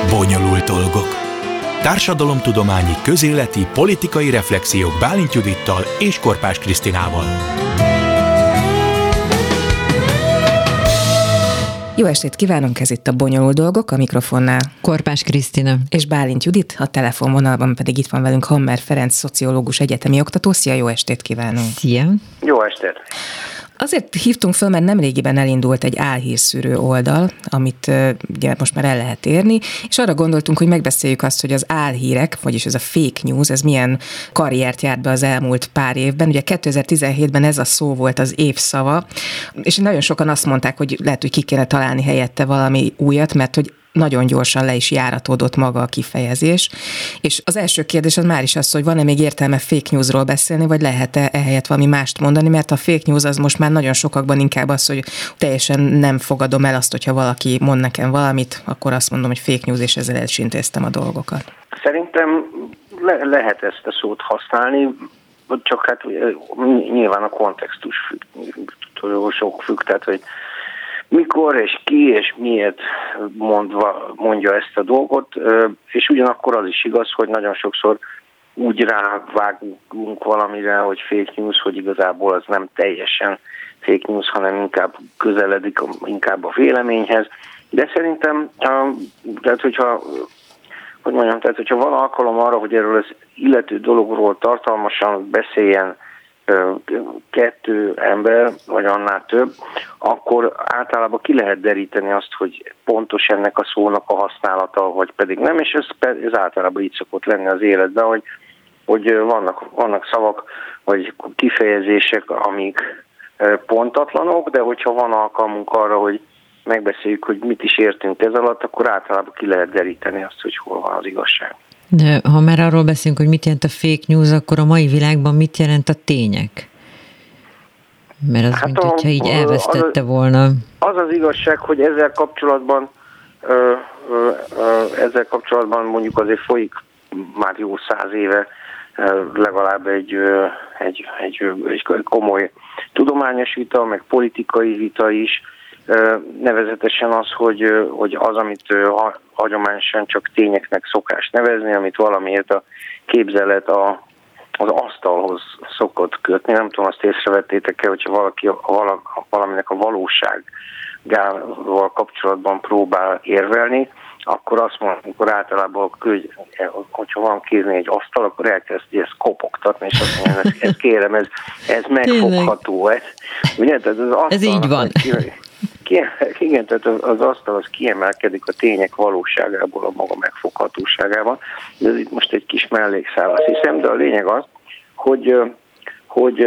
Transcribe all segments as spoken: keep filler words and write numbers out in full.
Bonyolult dolgok. Társadalomtudományi, közéleti, politikai reflexiók Bálint Judittal és Korpás Krisztinával. Jó estét kívánunk, ez itt a Bonyolult dolgok, a mikrofonnál Korpás Krisztina és Bálint Judit, a telefonvonalban pedig itt van velünk Hammer Ferenc, szociológus, egyetemi oktató. Szia, jó estét kívánunk! Szia! Jó estét! Azért hívtunk föl, mert nemrégiben elindult egy álhírszűrő oldal, amit ugye most már el lehet érni, és arra gondoltunk, hogy megbeszéljük azt, hogy az álhírek, vagyis ez a fake news, ez milyen karriert járt be az elmúlt pár évben. Ugye kétezer-tizenhétben ez a szó volt az évszava, és nagyon sokan azt mondták, hogy lehet, hogy ki kéne találni helyette valami újat, mert hogy nagyon gyorsan le is járatódott maga a kifejezés. És az első kérdés az már is az, hogy van-e még értelme fake newsról beszélni, vagy lehet-e ehelyett valami mást mondani, mert a fake news az most már nagyon sokakban inkább az, hogy teljesen nem fogadom el azt, hogyha valaki mond nekem valamit, akkor azt mondom, hogy fake news, és ezzel el is intéztem a dolgokat. Szerintem le- lehet ezt a szót használni, csak hát nyilván a kontextus függ, sok függ, tehát hogy mikor és ki és miért mondva, mondja ezt a dolgot, és ugyanakkor az is igaz, hogy nagyon sokszor úgy rávágunk valamire, hogy fake news, hogy igazából az nem teljesen fake news, hanem inkább közeledik inkább a véleményhez. De szerintem, tehát hogyha, hogy mondjam, tehát hogyha van alkalom arra, hogy erről az illető dologról tartalmasan beszéljen kettő ember, vagy annál több, akkor általában ki lehet deríteni azt, hogy pontos ennek a szónak a használata, vagy pedig nem, és ez, ez általában így szokott lenni az életben, hogy, hogy vannak, vannak szavak, vagy kifejezések, amik pontatlanok, de hogyha van alkalmunk arra, hogy megbeszéljük, hogy mit is értünk ez alatt, akkor általában ki lehet deríteni azt, hogy hol van az igazság. De ha már arról beszélünk, hogy mit jelent a fake news, akkor a mai világban mit jelent a tények? Mert az, hát mint a, hogyha így elvesztette az, volna. Az az igazság, hogy ezzel kapcsolatban ö, ö, ö, ezzel kapcsolatban mondjuk azért folyik már jó száz éve ö, legalább egy, ö, egy, egy, egy komoly tudományos vita, meg politikai vita is, ö, nevezetesen az, hogy, hogy az, amit ö, hagyományosan csak tényeknek szokás nevezni, amit valamiért a képzelet a, az asztalhoz szokott kötni. Nem tudom, azt észrevettétek-e, hogyha valaki a, valaminek a valóságával kapcsolatban próbál érvelni, akkor azt mondom, akkor általában, hogyha van kézni egy asztal, akkor elkezdi ezt kopogtatni, és azt mondja, ez, ez kérem, ez, ez megfogható. Ez, ugye, tehát az ez így van. Igen, tehát az asztal az kiemelkedik a tények valóságából, a maga megfoghatóságában. De ez itt most egy kis mellékszál, azt hiszem, de a lényeg az, hogy, hogy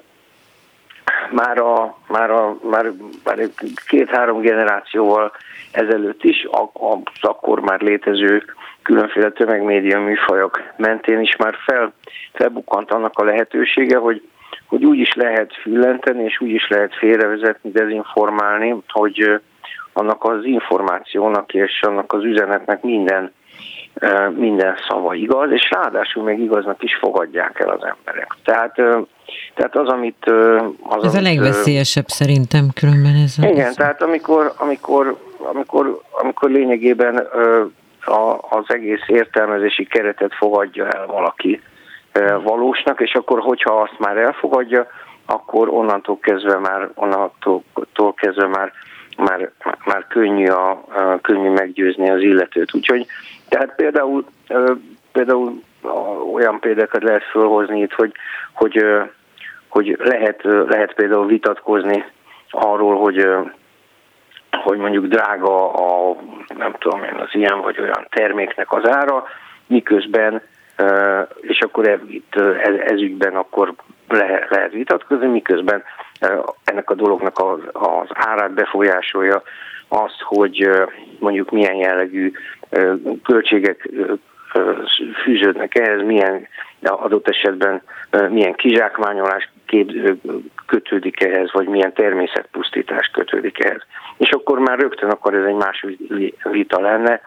már, a, már, a, már, már két-három generációval ezelőtt is, az akkor már létező különféle tömegmédia műfajok mentén is már fel, felbukkant annak a lehetősége, hogy hogy úgy is lehet füllenteni, és úgy is lehet félrevezetni, dezinformálni, hogy annak az információnak és annak az üzenetnek minden, minden szava igaz, és ráadásul még igaznak is fogadják el az emberek. Tehát, tehát az, amit... Az, ez amit, a legveszélyesebb szerintem különben ez. Igen, az. Tehát amikor, amikor, amikor, amikor lényegében az egész értelmezési keretet fogadja el valaki valósnak, és akkor, hogyha azt már elfogadja, akkor onnantól kezdve már, onnantól kezdve már, már, már könnyű, a, a, könnyű meggyőzni az illetőt. Úgyhogy, tehát például, például olyan példákat lehet felhozni itt, hogy, hogy, hogy lehet, lehet például vitatkozni arról, hogy, hogy mondjuk drága a, nem tudom én, az ilyen vagy olyan terméknek az ára, miközben Uh, és akkor e, itt ez, ez ügyben akkor lehet, lehet vitatkozni, miközben uh, ennek a dolognak az, az árát befolyásolja azt, hogy uh, mondjuk milyen jellegű uh, költségek uh, uh, fűződnek ehhez, milyen adott esetben uh, milyen kizsákmányolás kép, uh, kötődik ehhez, vagy milyen természetpusztítás kötődik ehhez. És akkor már rögtön akkor ez egy más vita lenne,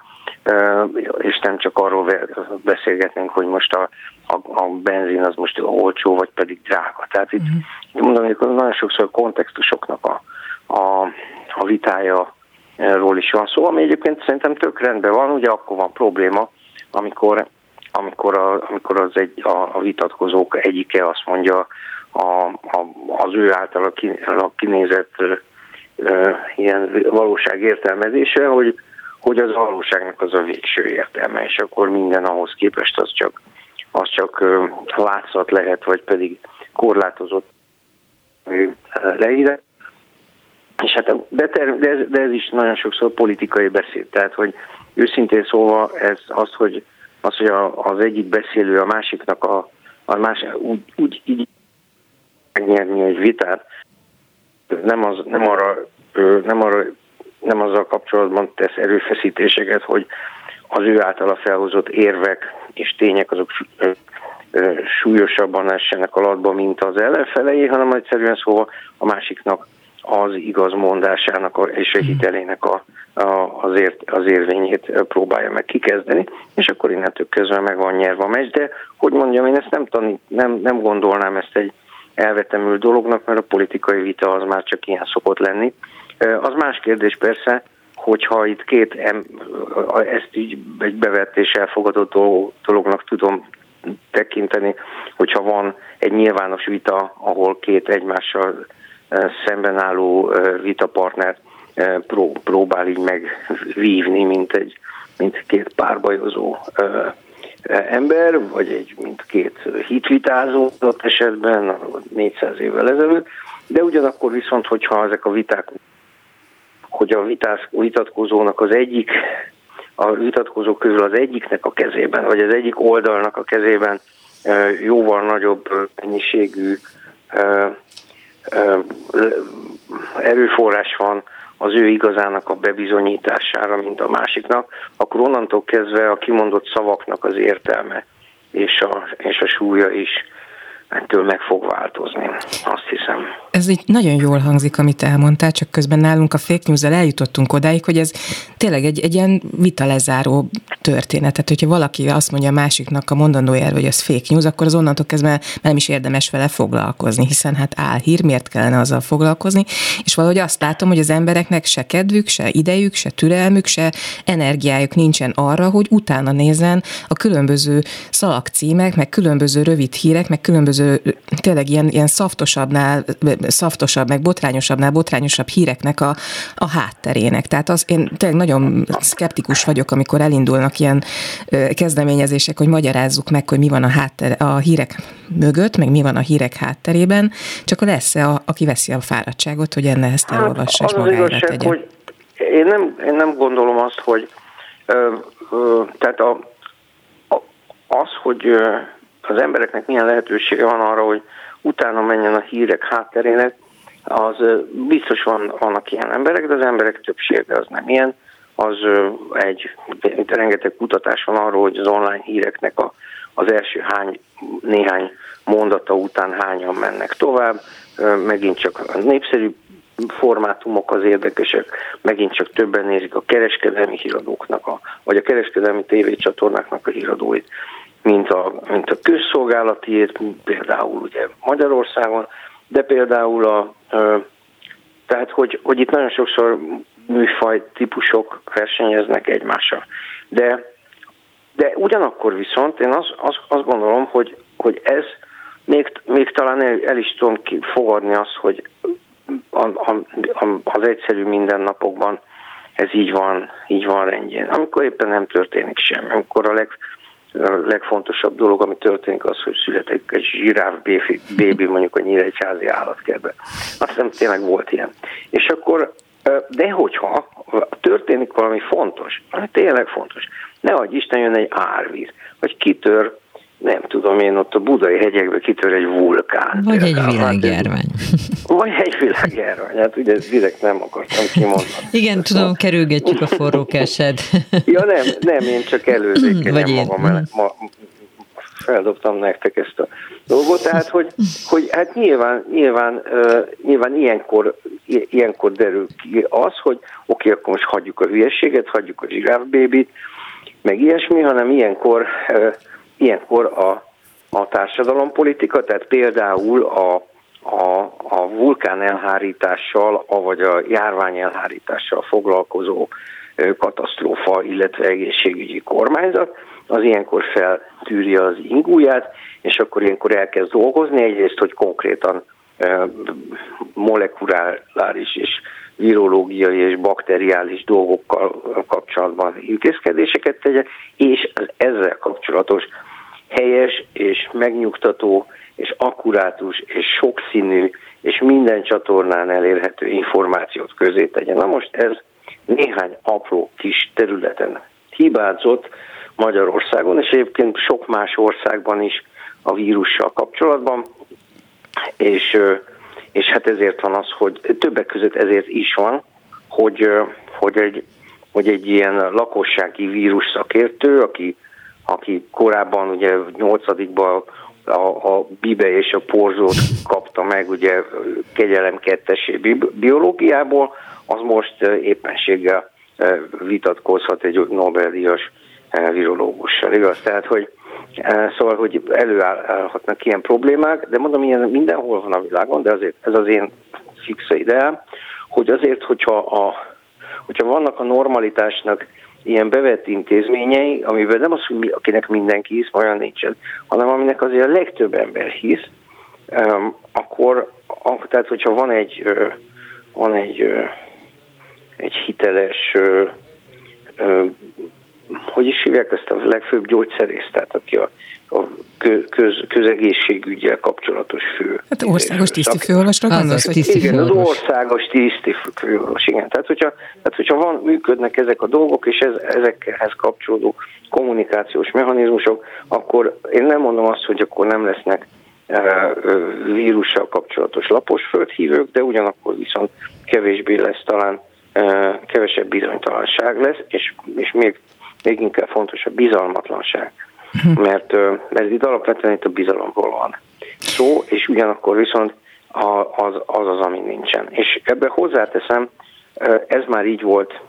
és nem csak arról beszélgetnénk, hogy most a, a, a benzin az most olcsó, vagy pedig drága. Tehát itt mm. mondom, hogy nagyon sokszor a kontextusoknak a, a, a vitája ról is van szó, ami egyébként szerintem tök rendben van, ugye akkor van probléma, amikor, amikor, a, amikor az egy, a, a vitatkozók egyike azt mondja, a, a, az ő által a kinézett uh, ilyen valóság értelmezése, hogy, hogy az valóságnak az a végső értelme, és akkor minden ahhoz képest az csak, az csak uh, látszat lehet, vagy pedig korlátozott uh, leírás. És hát, de, ter, de, ez, de ez is nagyon sokszor politikai beszéd, tehát hogy őszintén szólva ez az, hogy, az, hogy a, az egyik beszélő a másiknak a, a másik, úgy, úgy így megnyerni egy vitát, nem, az, nem, arra, nem, arra, nem azzal kapcsolatban tesz erőfeszítéseket, hogy az ő általa felhozott érvek és tények azok súlyosabban essenek alatba, mint az ellenfelei, hanem egyszerűen szóval a másiknak az igazmondásának és a hitelének a, a, az, ért, az érvényét próbálja meg kikezdeni, és akkor innentől kezdve meg van nyerve a meccs. De hogy mondjam, én ezt nem, tanít, nem, nem gondolnám ezt egy elvetemült dolognak, mert a politikai vita az már csak ilyen szokott lenni. Az más kérdés persze, hogyha itt két, ezt így egy bevett és elfogadott dolognak tudom tekinteni, hogyha van egy nyilvános vita, ahol két egymással szemben álló vitapartner próbál így megvívni, mint, egy, mint két párbajozó ember, vagy egy, mint két hitvitázó esetben négyszáz évvel ezelőtt, de ugyanakkor viszont, hogyha ezek a viták, hogy a vitás, vitatkozónak az egyik, a vitatkozók közül az egyiknek a kezében, vagy az egyik oldalnak a kezében jóval nagyobb mennyiségű erőforrás van az ő igazának a bebizonyítására, mint a másiknak, akkor onnantól kezdve a kimondott szavaknak az értelme és a, és a súlya is ettől meg fog változni, azt hiszem. Ez így nagyon jól hangzik, amit elmondtál, csak közben nálunk a fake news-zal eljutottunk odáig, hogy ez tényleg egy, egy ilyen vita lezáró történet. Tehát, hogyha valaki azt mondja a másiknak a mondandójára, hogy ez fake news, akkor az onnantól kezdve nem is érdemes vele foglalkozni, hiszen hát álhír, miért kellene azzal foglalkozni, és valahogy azt látom, hogy az embereknek se kedvük, se idejük, se türelmük, se energiájuk nincsen arra, hogy utána nézzen a különböző szalagcímek, meg különböző rövid hírek, meg különböző tényleg ilyen, ilyen szaftosabbnál, szaftosabb, meg botrányosabbnál botrányosabb híreknek a, a hátterének. Tehát az, én tényleg nagyon szkeptikus vagyok, amikor elindulnak ilyen kezdeményezések, hogy magyarázzuk meg, hogy mi van a, háttere, a hírek mögött, meg mi van a hírek hátterében, csak lesz-e, a, aki veszi a fáradtságot, hogy enne ezt elolvassa és magára tegye. Hogy én, nem, én nem gondolom azt, hogy ö, ö, tehát a, a, az, hogy ö, az embereknek milyen lehetősége van arra, hogy utána menjen a hírek hátterének, az biztos van, vannak ilyen emberek, de az emberek többsége az nem ilyen. Az egy, rengeteg kutatás van arról, hogy az online híreknek a, az első hány, néhány mondata után hányan mennek tovább, megint csak a népszerű formátumok az érdekesek, megint csak többen nézik a kereskedelmi híradóknak, a, vagy a kereskedelmi tévécsatornáknak a híradóit, mint a, mint a közszolgálatiért, például ugye Magyarországon, de például a, tehát, hogy, hogy itt nagyon sokszor műfaj típusok versenyeznek egymással. De, de ugyanakkor viszont én azt, azt, azt gondolom, hogy, hogy ez még, még talán el, el is tudom fogadni azt, hogy a, a, a, az egyszerű mindennapokban ez így van, így van rendjén. Amikor éppen nem történik semmi, amikor a leg A legfontosabb dolog, ami történik, az, hogy születik egy zsiráf bébi, mondjuk a Nyíregyházi állatkertben. Azt hiszem, tényleg volt ilyen. És akkor, de hogyha történik valami fontos, ami tényleg fontos, ne adj Isten, jön egy árvíz, vagy kitör, nem tudom én, ott a budai hegyekben kitör egy vulkán. Vagy egy világjárvány. Vagy egy világjárvány, hát ugye ezt direkt nem akartam kimondani. Igen, tudom, kerülgetjük a forrókását. Ja nem, nem, én csak előzékenyen magam el, ma, feldobtam nektek ezt a dolgot, tehát hogy, hogy hát nyilván, nyilván, uh, nyilván ilyenkor, ilyenkor derül ki az, hogy oké, akkor most hagyjuk a hülyeséget, hagyjuk a zsiráfbébit, meg ilyesmi, hanem ilyenkor uh, Ilyenkor a, a társadalompolitika, tehát például a, a, a vulkán elhárítással, vagy a járvány elhárítással foglalkozó katasztrófa, illetve egészségügyi kormányzat, az ilyenkor feltűri az ingúját, és akkor ilyenkor elkezd dolgozni, egyrészt, hogy konkrétan molekuláris és virológiai és bakteriális dolgokkal kapcsolatban intézkedéseket tegye, és az ezzel kapcsolatos helyes és megnyugtató és akkurátus és sokszínű és minden csatornán elérhető információt közé tegye. Na most ez néhány apró kis területen hibázott Magyarországon, és egyébként sok más országban is a vírussal kapcsolatban, és, és hát ezért van az, hogy többek között ezért is van, hogy, hogy, egy, hogy egy ilyen lakossági vírus szakértő, aki, aki korábban ugye nyolcadikban a, a bibe és a porzót kapta meg ugye kegyelem kettessé biológiából, az most éppenséggel vitatkozhat egy Nobel-díjas virológussal, igaz? Tehát, hogy szóval, hogy előállhatnak ilyen problémák, de mondom, ilyen mindenhol van a világon, de azért ez az én fixa ideám, hogy azért, hogyha, a, hogyha vannak a normalitásnak ilyen bevett intézményei, amiben nem az, hogy mi, akinek mindenki hisz, olyan nincsen, hanem aminek azért a legtöbb ember hisz, um, akkor, akkor, tehát hogyha van egy, uh, van egy, uh, egy hiteles, uh, uh, hogy is hívják ezt a legfőbb gyógyszerész, tehát aki a, a köz, közegészségügyel kapcsolatos fő. Hát országos tisztifőorvosra gondolsz, hogy igen, az országos tisztifőorvos, igen. Tehát hogyha, tehát, hogyha van, működnek ezek a dolgok, és ez, ezekhez kapcsolódó kommunikációs mechanizmusok, akkor én nem mondom azt, hogy akkor nem lesznek e, vírussal kapcsolatos lapos földhívők, de ugyanakkor viszont kevésbé lesz talán, e, kevesebb bizonytalanság lesz, és, és még még inkább fontos a bizalmatlanság, mert ez itt alapvetően itt a bizalomról van szó, és ugyanakkor viszont az az, az ami nincsen. És ebben hozzáteszem, ez már így volt,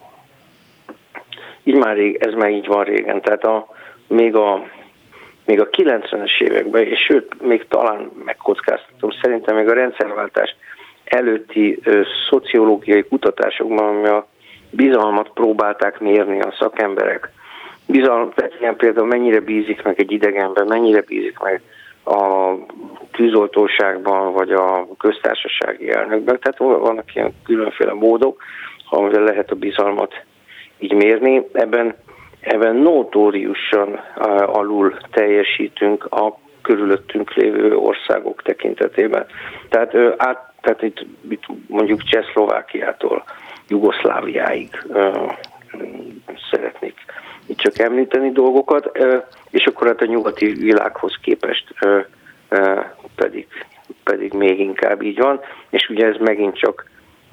így már rég, ez már így van régen, tehát a, még, a, még a kilencvenes években, és sőt, még talán megkockáztatom, szerintem még a rendszerváltás előtti ö, szociológiai kutatásokban, ami a bizalmat próbálták mérni a szakemberek. Bizalom, ilyen például mennyire bízik meg egy idegenben, mennyire bízik meg a tűzoltóságban, vagy a köztársasági elnökben. Tehát vannak ilyen különféle módok, amivel lehet a bizalmat így mérni. Ebben, ebben notóriusan alul teljesítünk a körülöttünk lévő országok tekintetében. Tehát, át, tehát itt, itt mondjuk Csehszlovákiától Jugoszláviáig szeretnék itt csak említeni dolgokat, és akkor hát a nyugati világhoz képest pedig, pedig még inkább így van, és ugye ez megint csak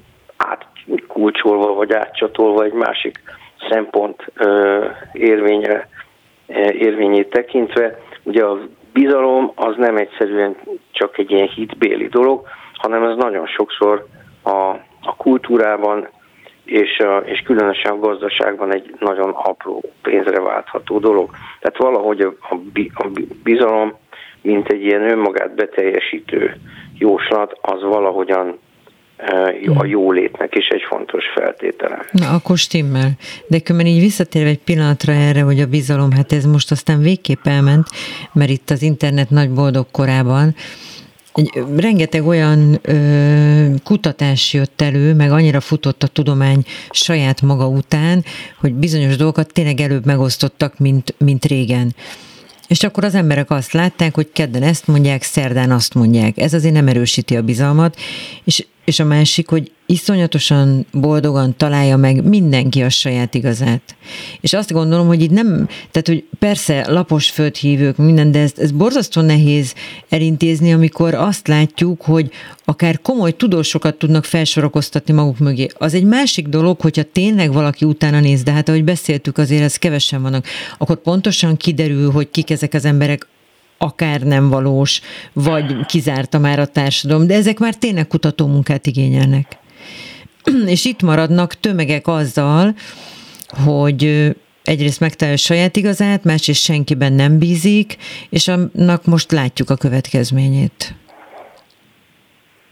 átkulcsolva vagy átcsatolva egy másik szempont érvényre, érvényét tekintve, ugye a bizalom az nem egyszerűen csak egy ilyen hitbéli dolog, hanem ez nagyon sokszor a, a kultúrában és, a, és különösen a gazdaságban egy nagyon apró pénzre váltható dolog. Tehát valahogy a, a bizalom, mint egy ilyen önmagát beteljesítő jóslat, az valahogyan a jólétnek is egy fontos feltétele. Na, akkor stimmel. De különben így visszatérve egy pillanatra erre, hogy a bizalom, hát ez most aztán végképp elment, mert itt az internet nagy boldog korában egy, rengeteg olyan ö, kutatás jött elő, meg annyira futott a tudomány saját maga után, hogy bizonyos dolgokat tényleg előbb megosztottak, mint, mint régen. És akkor az emberek azt látták, hogy kedden ezt mondják, szerdán azt mondják. Ez azért nem erősíti a bizalmat, és, és a másik, hogy iszonyatosan boldogan találja meg mindenki a saját igazát. És azt gondolom, hogy itt nem, tehát hogy persze lapos földhívők, minden, de ez, ez borzasztó nehéz elintézni, amikor azt látjuk, hogy akár komoly tudósokat tudnak felsorakoztatni maguk mögé. Az egy másik dolog, hogyha tényleg valaki utána néz, de hát ahogy beszéltük, azért ez kevesen vannak, akkor pontosan kiderül, hogy kik ezek az emberek, akár nem valós, vagy kizárta már a társadalom, de ezek már tényleg kutatómunkát igényelnek. És itt maradnak tömegek azzal, hogy egyrészt megtalálja saját igazát, másrészt senkiben nem bízik, és annak most látjuk a következményét.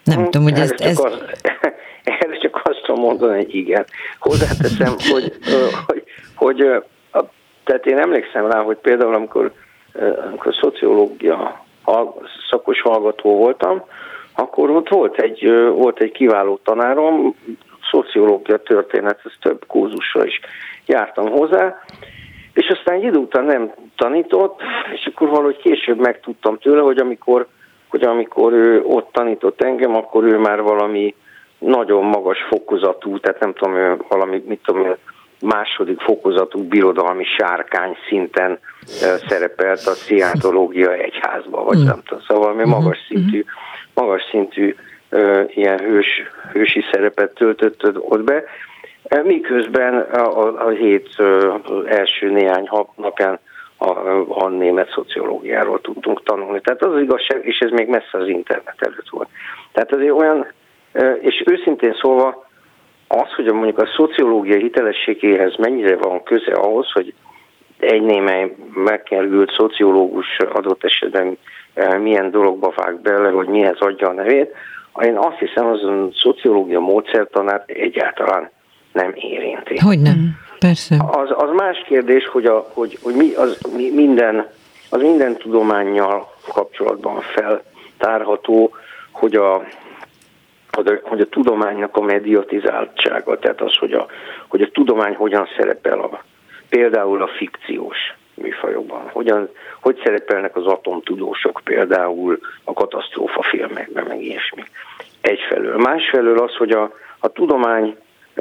Nem tudom, hogy ezt... ezt... Az, erre csak azt tudom mondani, hogy igen. Hozzáteszem, hogy, hogy, hogy tehát én emlékszem rá, hogy például amikor, amikor szociológia szakos hallgató voltam, akkor ott volt egy, volt egy kiváló tanárom, szociológia történet, ez több kurzusra is jártam hozzá, és aztán egy idő után nem tanított, és akkor valahogy később megtudtam tőle, hogy amikor, hogy amikor ő ott tanított engem, akkor ő már valami nagyon magas fokozatú, tehát nem tudom, ő valami, mit tudom, második fokozatú birodalmi sárkány szinten szerepelt a szientológia egyházba, vagy mm. nem tudom, szóval valami magas szintű, magas szintű ilyen hős, hősi szerepet töltött ott be, miközben a, a hét első néhány napján a, a német szociológiáról tudtunk tanulni. Tehát az az igazság, és ez még messze az internet előtt volt. Tehát azért olyan, és őszintén szólva, az, hogy mondjuk a szociológia hitelességéhez mennyire van köze ahhoz, hogy egy némely megkerült szociológus adott esetben milyen dologba vág bele, hogy mihez adja a nevét, én azt hiszem, az a szociológia módszertanát egyáltalán nem érinti. Hogy nem? Persze. Az, az más kérdés, hogy, a, hogy, hogy mi, az, mi minden, az minden tudománnyal kapcsolatban feltárható, hogy a, hogy a, hogy a tudománynak a mediatizáltsága, tehát az, hogy a, hogy a tudomány hogyan szerepel a, például a fikciós műfajokban, hogyan, hogy szerepelnek az atomtudósok például a katasztrófafilmekben, meg ilyesmi. Egyfelől. Másfelől az, hogy a, a tudomány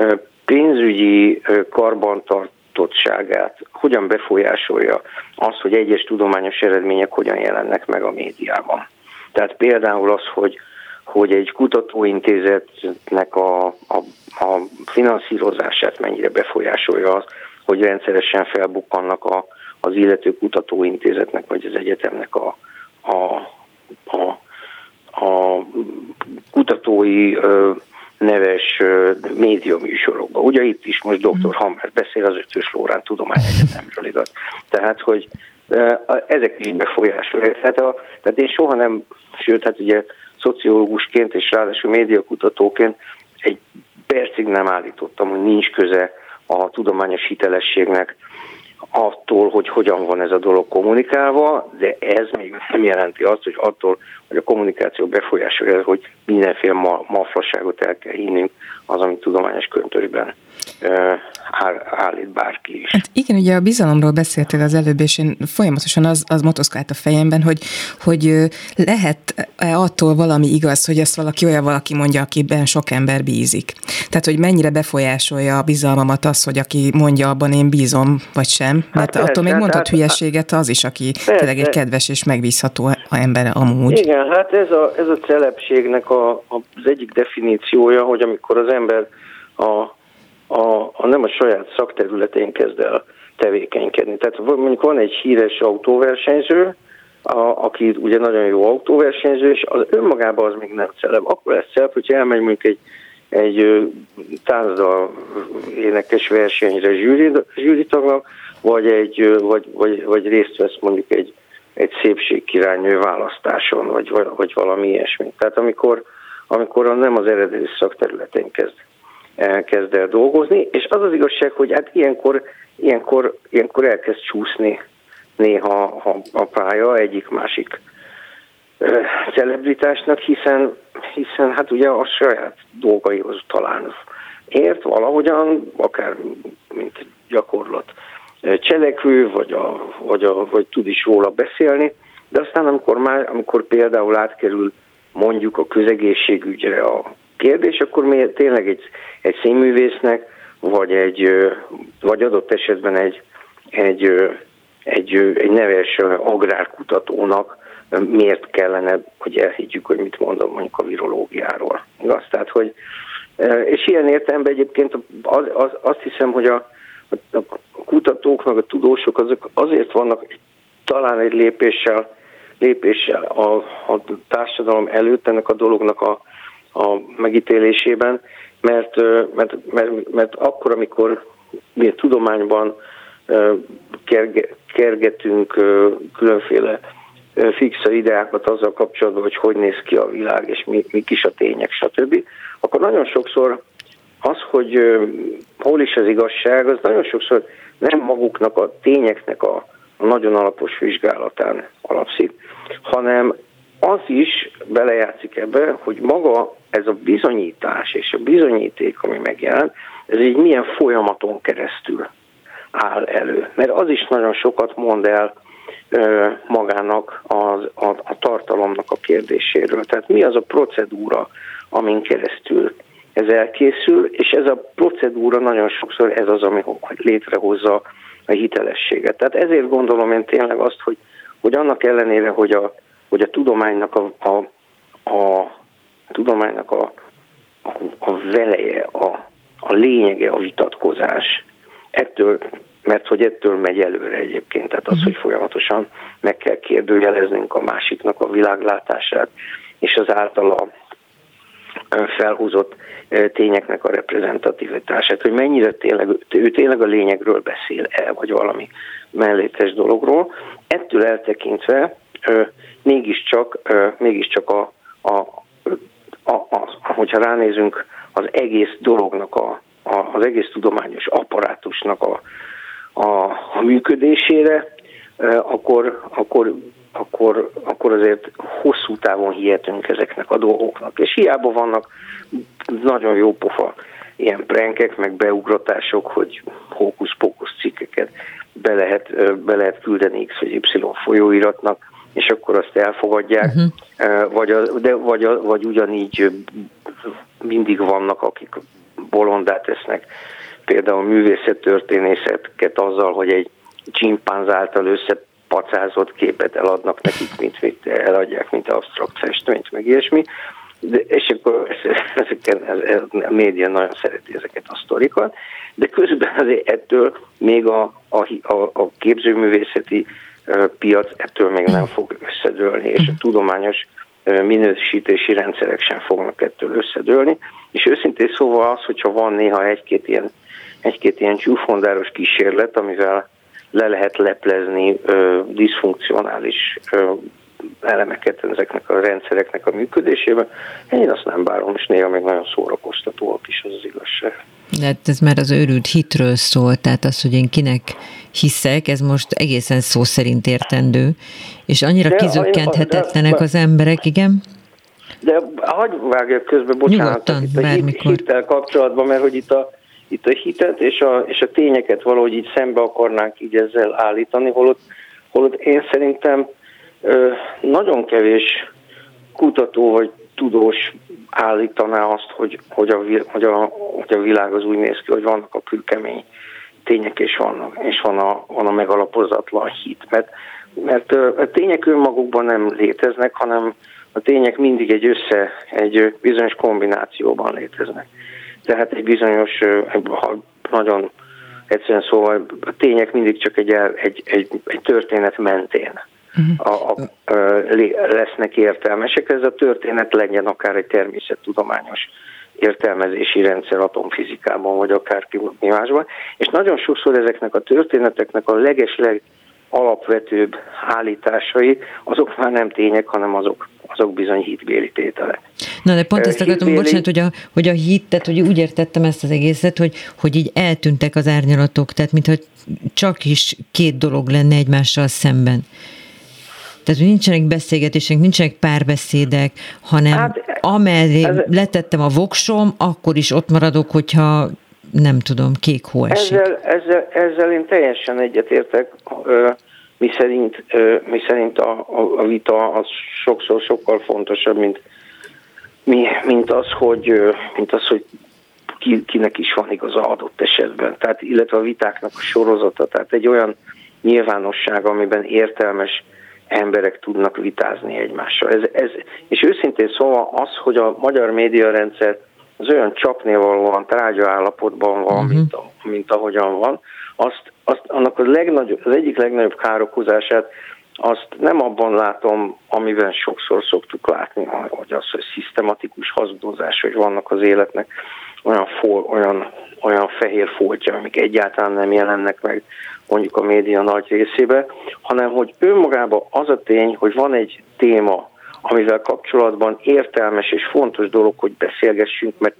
pénzügyi karbantartottságát hogyan befolyásolja az, hogy egyes tudományos eredmények hogyan jelennek meg a médiában. Tehát például az, hogy, hogy egy kutatóintézetnek a, a, a finanszírozását mennyire befolyásolja az, hogy rendszeresen felbukkannak a, az illető kutatóintézetnek vagy az egyetemnek a, a, a, a kutatói neves médiaműsorokba. Ugye itt is most doktor Hammer beszél az Ötvös Loránd Tudományegyetemről, igaz? Tehát, hogy ezek is befolyásolják. Tehát, a, tehát én soha nem, sőt, hát ugye szociológusként és ráadásul médiakutatóként egy percig nem állítottam, hogy nincs köze a tudományos hitelességnek attól, hogy hogyan van ez a dolog kommunikálva, de ez még nem jelenti azt, hogy attól, hogy a kommunikáció befolyásolja, hogy mindenféle ma- maflaságot el kell hinnünk az, amit tudományos köntösben állít bárki is. Hát igen, ugye a bizalomról beszéltél az előbb, és én folyamatosan az, az motoszkált a fejemben, hogy, hogy lehet attól valami igaz, hogy ezt valaki olyan valaki mondja, akiben sok ember bízik. Tehát, hogy mennyire befolyásolja a bizalmamat az, hogy aki mondja, abban én bízom, vagy sem. Mert hát attól persze, még mondhat hát, hülyeséget az is, aki persze. Tényleg egy kedves és megbízható ember amúgy. Igen, hát ez a, ez a celebségnek a, az egyik definíciója, hogy amikor az ember a A, a nem a saját szakterületén kezd el tevékenykedni. Tehát mondjuk van egy híres autóversenyző, a, aki ugye nagyon jó autóversenyző, és az önmagában az még nem celeb. Akkor lesz celeb, hogyha elmegy mondjuk egy, egy tánzdal énekes versenyre zsűritagnak, vagy, egy, vagy, vagy, vagy részt vesz mondjuk egy, egy szépségkirálynő választáson, vagy, vagy valami ilyesmi. Tehát amikor, amikor nem az eredeti szakterületén kezd elkezd el dolgozni, és az az igazság, hogy hát ilyenkor, ilyenkor, ilyenkor elkezd csúszni néha a, a pálya egyik-másik celebritásnak, hiszen, hiszen hát ugye a saját dolgaihoz talán ért valahogyan, akár mint gyakorlat cselekvő, vagy, a, vagy, a, vagy tud is róla beszélni, de aztán amikor, már, amikor például átkerül mondjuk a közegészségügyre a kérdés, akkor mi tényleg egy, egy színművésznek, vagy, egy, vagy adott esetben egy, egy, egy, egy neves agrárkutatónak miért kellene, hogy elhiggyük, hogy mit mondom mondjuk a virológiáról. Igaz? Tehát, hogy, és ilyen értelemben egyébként az, az, azt hiszem, hogy a, a kutatók, meg a tudósok azok azért vannak talán egy lépéssel, lépéssel a, a társadalom előtt ennek a dolognak a a megítélésében, mert, mert, mert, mert akkor, amikor mi a tudományban kerge, kergetünk különféle fixa ideákat azzal kapcsolatban, hogy hogy néz ki a világ, és mi, mik is a tények, stb., akkor nagyon sokszor az, hogy hol is az igazság, az nagyon sokszor nem maguknak a tényeknek a, a nagyon alapos vizsgálatán alapszik, hanem az is belejátszik ebbe, hogy maga ez a bizonyítás és a bizonyíték, ami megjelent, ez egy milyen folyamaton keresztül áll elő. Mert az is nagyon sokat mond el ö, magának az, a, a tartalomnak a kérdéséről. Tehát mi az a procedúra, amin keresztül ez elkészül, és ez a procedúra nagyon sokszor ez az, ami létrehozza a hitelességet. Tehát ezért gondolom én tényleg azt, hogy, hogy annak ellenére, hogy a, hogy a tudománynak a, a, a, a tudománynak a, a, a veleje, a, a lényege a vitatkozás, ettől, mert hogy ettől megy előre egyébként, tehát az, hogy folyamatosan meg kell kérdőjeleznünk a másiknak a világlátását, és az általa felhúzott tényeknek a reprezentativitását, hogy mennyire tényleg, ő tényleg a lényegről beszél el, vagy valami mellékes dologról. Ettől eltekintve mégiscsak, mégiscsak a, a, a, a, hogyha ránézünk az egész dolognak, a, a, az egész tudományos apparátusnak a, a, a működésére, akkor, akkor Akkor, akkor azért hosszú távon hihetünk ezeknek a dolgoknak. És hiába vannak nagyon jó pofa ilyen prankek, meg beugratások, hogy hókusz-pókusz cikkeket be lehet, be lehet küldeni X vagy Y folyóiratnak, és akkor azt elfogadják, uh-huh. vagy, a, de, vagy, a, vagy ugyanígy mindig vannak, akik bolondá tesznek például művészettörténészeket azzal, hogy egy csimpánz által össze pacázott képet eladnak nekik, mint, mint eladják, mint absztrakt festményt, meg ilyesmi. De, és akkor ezeken, ez, ez, a média nagyon szereti ezeket a sztorikat, de közben azért ettől még a, a, a, a képzőművészeti uh, piac ettől még nem fog összedőlni, és a tudományos uh, minősítési rendszerek sem fognak ettől összedőlni. És őszintén szóval az, hogyha van néha egy-két ilyen, egy-két ilyen csúfondáros kísérlet, amivel le lehet leplezni ö, diszfunkcionális ö, elemeket ezeknek a rendszereknek a működésében. Én azt nem bárom, és néha még nagyon szórakoztatóak is, az az igazság. De ez már az őrült hitről szól, tehát az, hogy én kinek hiszek, ez most egészen szó szerint értendő, és annyira de, kizökkenthetetlenek az emberek, igen? De hagyj vágjak közben, bocsánat, itt a hit, hittel kapcsolatban, mert hogy itt a Itt a hitet és a, és a tényeket valahogy így szembe akarnánk így ezzel állítani, holott, holott én szerintem ö, nagyon kevés kutató vagy tudós állítaná azt, hogy, hogy, a, hogy, a, hogy a világ az úgy néz ki, hogy vannak a kőkemény tények, és, vannak, és van, a, van a megalapozatlan hit. Mert, mert a tények önmagukban nem léteznek, hanem a tények mindig egy össze, egy bizonyos kombinációban léteznek. Tehát egy bizonyos, nagyon egyszerűen szóval a tények mindig csak egy, egy, egy, egy történet mentén a, a, a, lesznek értelmesek. Ez a történet legyen akár egy természettudományos értelmezési rendszer atomfizikában, vagy akár mi másban. És nagyon sokszor ezeknek a történeteknek a legesleg alapvetőbb állításai, azok már nem tények, hanem azok, azok bizony hitbéli tételek. Na de pont ezt akartam, hitbéli... bocsánat, hogy a, hogy a hit, tehát hogy úgy értettem ezt az egészet, hogy, hogy így eltűntek az árnyalatok, tehát mintha csak is két dolog lenne egymással szemben. Tehát, hogy nincsenek beszélgetések, nincsenek párbeszédek, hanem hát, amellé ez... letettem a voksom, akkor is ott maradok, hogyha nem tudom, kék hó esik. Ezzel, ezzel, ezzel én teljesen egyetértek, mi szerint, mi szerint a, a, a vita az sokszor sokkal fontosabb, mint, mint az, hogy, mint az, hogy ki, kinek is van igaza adott esetben. Tehát, illetve a vitáknak a sorozata, tehát egy olyan nyilvánosság, amiben értelmes emberek tudnak vitázni egymással. Ez, ez, és őszintén szóval az, hogy a magyar médiarendszer az olyan csapnévalóan trágya állapotban van, uh-huh. mint, a, mint ahogyan van, azt, azt annak a legnagyobb, az egyik legnagyobb károkozását azt nem abban látom, amiben sokszor szoktuk látni, hogy az, hogy szisztematikus hazudozás, hogy vannak az életnek olyan, for, olyan, olyan fehér foltja, amik egyáltalán nem jelennek meg mondjuk a média nagy részébe, hanem hogy önmagában az a tény, hogy van egy téma, amivel kapcsolatban értelmes és fontos dolog, hogy beszélgessünk, mert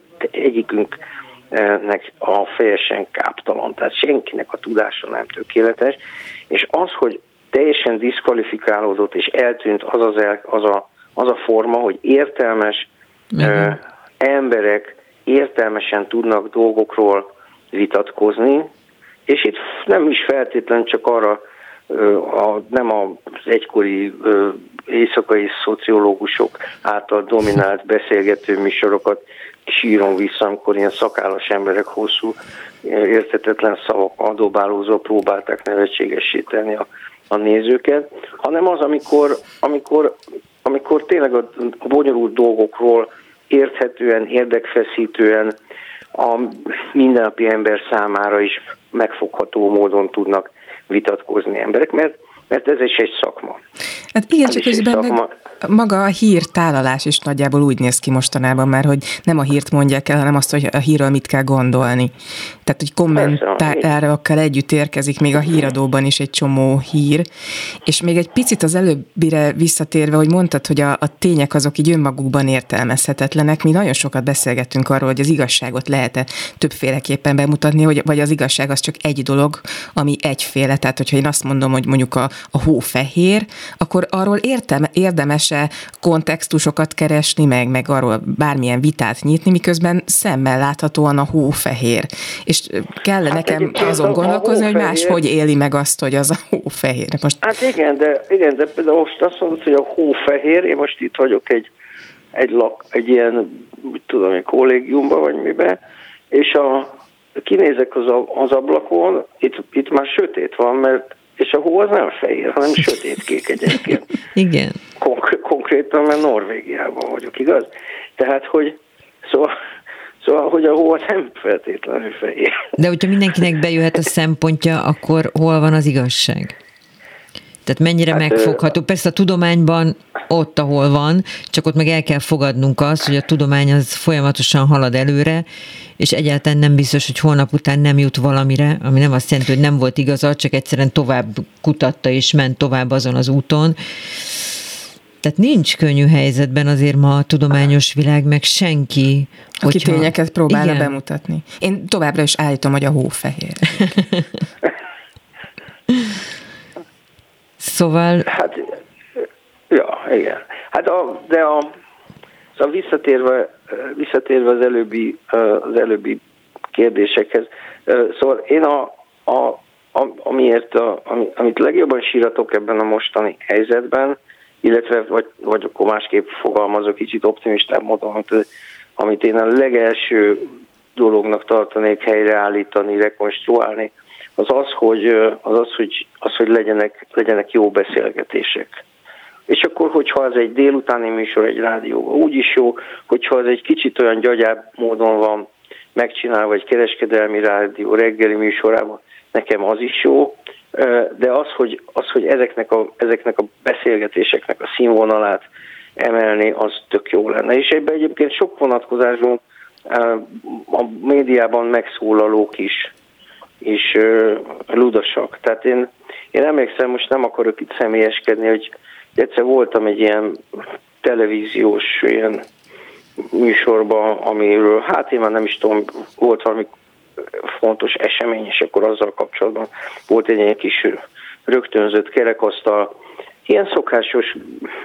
egyikünknek a feje sem káptalan, tehát senkinek a tudása nem tökéletes, és az, hogy teljesen diszkvalifikálódott és eltűnt az, az, el, az, a, az a forma, hogy értelmes ö, emberek értelmesen tudnak dolgokról vitatkozni, és itt nem is feltétlenül csak arra, ö, a, nem az egykori ö, éjszakai szociológusok által dominált beszélgető műsorokat sírom vissza, amikor ilyen szakállas emberek hosszú, érthetetlen szavakkal dobálózva próbálták nevetségessé tenni a, a nézőket, hanem az, amikor, amikor, amikor tényleg a bonyolult dolgokról érthetően, érdekfeszítően a mindennapi ember számára is megfogható módon tudnak vitatkozni emberek, mert, mert ez is egy szakma. Hát igen, csak közben meg maga a hírtálalás is nagyjából úgy néz ki mostanában már, hogy nem a hírt mondják el, hanem azt, hogy a hírről mit kell gondolni. Tehát, hogy kommentárokkal együtt érkezik még a híradóban is egy csomó hír. És még egy picit az előbbire visszatérve, hogy mondtad, hogy a, a tények azok így önmagukban értelmezhetetlenek. Mi nagyon sokat beszélgettünk arról, hogy az igazságot lehet-e többféleképpen bemutatni, hogy, vagy az igazság az csak egy dolog, ami egyféle. Tehát, hogyha én azt mondom, hogy mondjuk a, a hó fehér, akkor arról értelme, érdemes kontextusokat keresni, meg, meg arról bármilyen vitát nyitni, miközben szemmel láthatóan a hó fehér. És kell hát nekem azon gondolkozni, hogy más hogy éli meg azt, hogy az a hó fehér. Most... Hát igen, de, igen, de például most azt mondod, hogy a hó fehér, én most itt vagyok egy, egy, lak, egy ilyen, mit tudom, egy kollégiumban, vagy miben, és a, kinézek az, a, az ablakon, itt, itt már sötét van, mert és a hó az nem fehér, hanem sötétkék egyébként. Igen. Konk- konkrétan, mert Norvégiában vagyok, igaz? Tehát, hogy szóval, szóval, hogy a hó az nem feltétlenül fehér. De hogyha mindenkinek bejöhet a szempontja, akkor hol van az igazság? Tehát mennyire hát, megfogható? Persze a tudományban ott, ahol van, csak ott meg el kell fogadnunk azt, hogy a tudomány az folyamatosan halad előre, és egyáltalán nem biztos, hogy holnap után nem jut valamire, ami nem azt jelenti, hogy nem volt igaza, csak egyszerűen tovább kutatta és ment tovább azon az úton. Tehát nincs könnyű helyzetben azért ma a tudományos világ, meg senki. Aki hogyha... tényeket próbálna igen. bemutatni. Én továbbra is állítom, hogy a hó fehér. Szóval... Hát, ja, igen. Hát a, de a, szóval visszatérve, visszatérve az előbbi, az előbbi kérdésekhez, szóval én a, a, a, amiért a, amit legjobban síratok ebben a mostani helyzetben, illetve vagy, vagy akkor másképp fogalmazok kicsit optimistább módon, amit én a legelső dolognak tartanék helyreállítani, rekonstruálni, az az, hogy, az, az, hogy, az, hogy legyenek, legyenek jó beszélgetések. És akkor, hogyha ez egy délutáni műsor egy rádióban, úgyis jó, hogyha ez egy kicsit olyan gyagyább módon van megcsinálva, egy kereskedelmi rádió reggeli műsorában, nekem az is jó, de az, hogy, az, hogy ezeknek, a, ezeknek a beszélgetéseknek a színvonalát emelni, az tök jó lenne. És ebben egyébként sok vonatkozásban a médiában megszólalók is, is ludasak. Tehát én, én emlékszem, most nem akarok itt személyeskedni, hogy egyszer voltam egy ilyen televíziós ilyen műsorban, amiről, hát én már nem is tudom, volt valami fontos esemény, és akkor azzal kapcsolatban volt egy ilyen kis rögtönzött kerekasztal, ilyen szokásos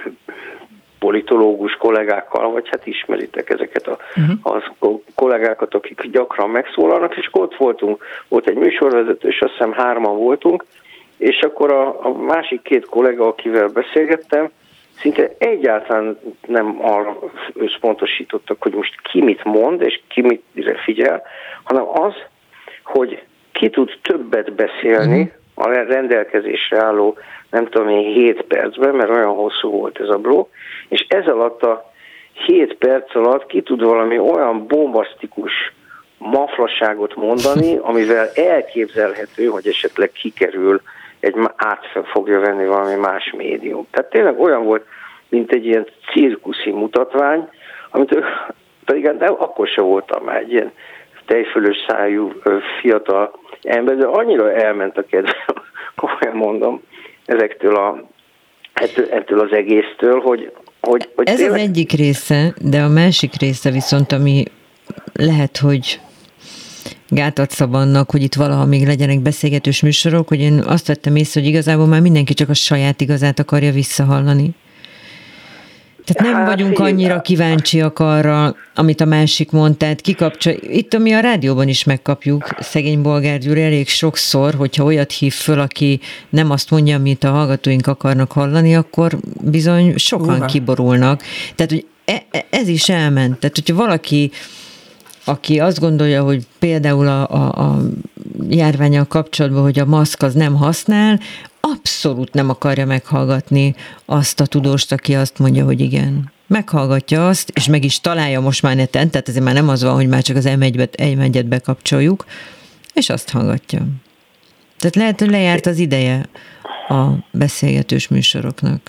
politológus kollégákkal, vagy hát ismeritek ezeket a, uh-huh. a kollégákat, akik gyakran megszólalnak, és ott voltunk, volt egy műsorvezető, és azt hiszem hárman voltunk, és akkor a, a másik két kollega, akivel beszélgettem, szinte egyáltalán nem arra összpontosítottak, hogy most ki mit mond, és ki mire figyel, hanem az, hogy ki tud többet beszélni a rendelkezésre álló, nem tudom én, hét percben, mert olyan hosszú volt ez a blog, és ez alatt a hét perc alatt ki tud valami olyan bombasztikus maflaságot mondani, amivel elképzelhető, hogy esetleg kikerül egy át fogja venni valami más médium. Tehát tényleg olyan volt, mint egy ilyen cirkuszi mutatvány, amit pedig nem, akkor se voltam már egy ilyen tejfölös szájú fiatal ember, de annyira elment a kedve, komolyan mondom, ezektől a, ettől, ettől az egésztől, hogy, hogy, hogy ez tényleg... az egyik része, de a másik része viszont, ami lehet, hogy gátat szab annak, hogy itt valaha még legyenek beszélgetős műsorok, hogy én azt vettem észre, hogy igazából már mindenki csak a saját igazát akarja visszahallani. Tehát nem hát, vagyunk annyira kíváncsiak arra, amit a másik mond, tehát kikapcsol. Itt, ami a rádióban is megkapjuk, szegény Bolgár Gyuri elég sokszor, hogyha olyat hív föl, aki nem azt mondja, amit a hallgatóink akarnak hallani, akkor bizony sokan Uha. kiborulnak. Tehát, hogy ez is elment. Tehát, hogyha valaki, aki azt gondolja, hogy például a, a, a járvánnyal kapcsolatban, hogy a maszk az nem használ, abszolút nem akarja meghallgatni azt a tudóst, aki azt mondja, hogy igen. Meghallgatja azt, és meg is találja most már neten, tehát ezért már nem az van, hogy már csak az em egyet bekapcsoljuk, és azt hallgatja. Tehát lehet, hogy lejárt az ideje a beszélgetős műsoroknak.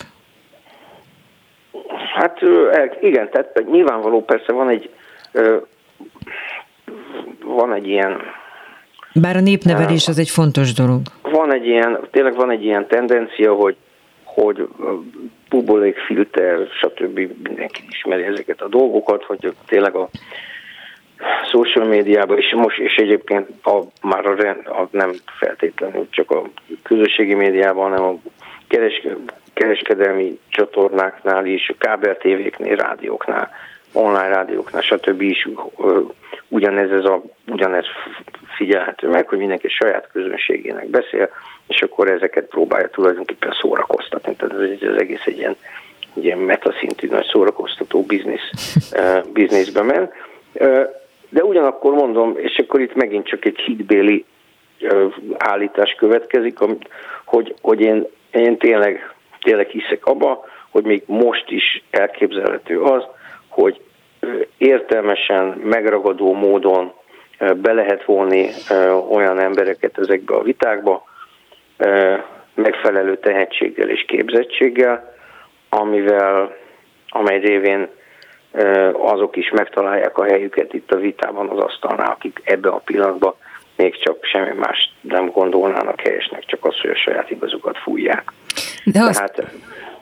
Hát igen, tehát nyilvánvaló persze van egy van egy ilyen... Bár a népnevelés az egy fontos dolog. Van egy ilyen, tényleg van egy ilyen tendencia, hogy, hogy buborékfilter, stb. Mindenki ismeri ezeket a dolgokat, hogy tényleg a social médiában, és most és egyébként a, már a, a nem feltétlenül csak a közösségi médiában, hanem a keres, kereskedelmi csatornáknál is, a kábel tévéknél, rádióknál, online rádióknál, stb. Is ugyanez, ez a, ugyanez figyelhető meg, hogy mindenki saját közönségének beszél, és akkor ezeket próbálja tulajdonképpen szórakoztatni. Tehát ez az egész egy ilyen, egy ilyen metaszintű nagy szórakoztató biznisz, bizniszbe men. De ugyanakkor mondom, és akkor itt megint csak egy hitbéli állítás következik, hogy, hogy én, én tényleg, tényleg hiszek abba, hogy még most is elképzelhető az, hogy értelmesen, megragadó módon be lehet vonni olyan embereket ezekbe a vitákba, megfelelő tehetséggel és képzettséggel, amivel, amely révén azok is megtalálják a helyüket itt a vitában az asztalnál, akik ebben a pillanatban még csak semmi más nem gondolnának helyesnek, csak az, hogy a saját igazukat fújják. De azt... Tehát,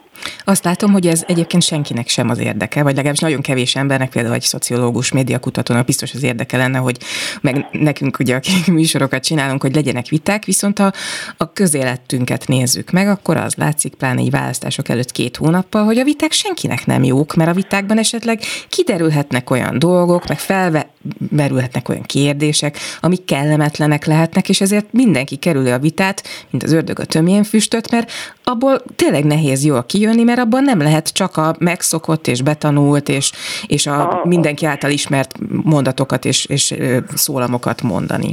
Azt látom, hogy ez egyébként senkinek sem az érdeke, vagy legalábbis nagyon kevés embernek, például egy szociológus, médiakutatónak biztos az érdeke lenne, hogy meg nekünk ugye, akik műsorokat csinálunk, hogy legyenek viták, viszont ha a közéletünket nézzük meg, akkor az látszik, pláne így választások előtt két hónappal, hogy a viták senkinek nem jók, mert a vitákban esetleg kiderülhetnek olyan dolgok, meg felmerülhetnek olyan kérdések, amik kellemetlenek lehetnek, és ezért mindenki kerüli a vitát, mint az ördög a tömjén füstöt, mert abból tényleg nehéz jól kijönni, mert abban nem lehet csak a megszokott és betanult, és, és a mindenki által ismert mondatokat és, és szólamokat mondani.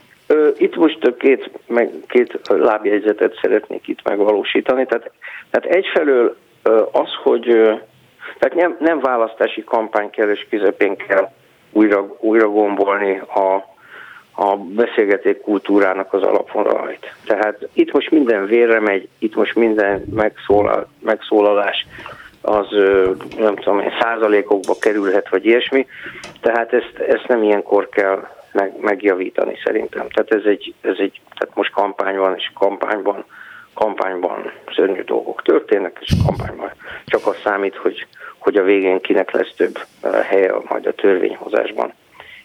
Itt most két, meg, két lábjegyzetet szeretnék itt megvalósítani. Tehát, tehát egyfelől az, hogy tehát nem, nem választási kampány kellős közepén kell újra, újra gombolni a a beszélgetés kultúrának az alapvonalait. Tehát itt most minden vérre megy, itt most minden megszólal, megszólalás az nem tudom, százalékokba kerülhet, vagy ilyesmi. Tehát ezt, ezt nem ilyenkor kell meg, megjavítani szerintem. Tehát ez egy, ez egy, tehát most kampány van, és kampányban, kampányban szörnyű dolgok történnek, és kampányban csak az számít, hogy, hogy a végén kinek lesz több helye majd a törvényhozásban.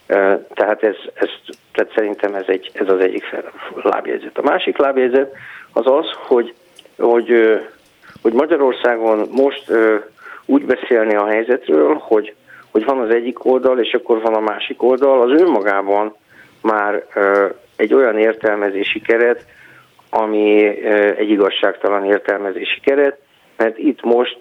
Tehát, ez, ez, tehát szerintem ez, egy, ez az egyik lábjegyzet. A másik lábjegyzet az az, hogy, hogy, hogy Magyarországon most úgy beszélni a helyzetről, hogy, hogy van az egyik oldal, és akkor van a másik oldal, az önmagában már egy olyan értelmezési keret, ami egy igazságtalan értelmezési keret, mert itt most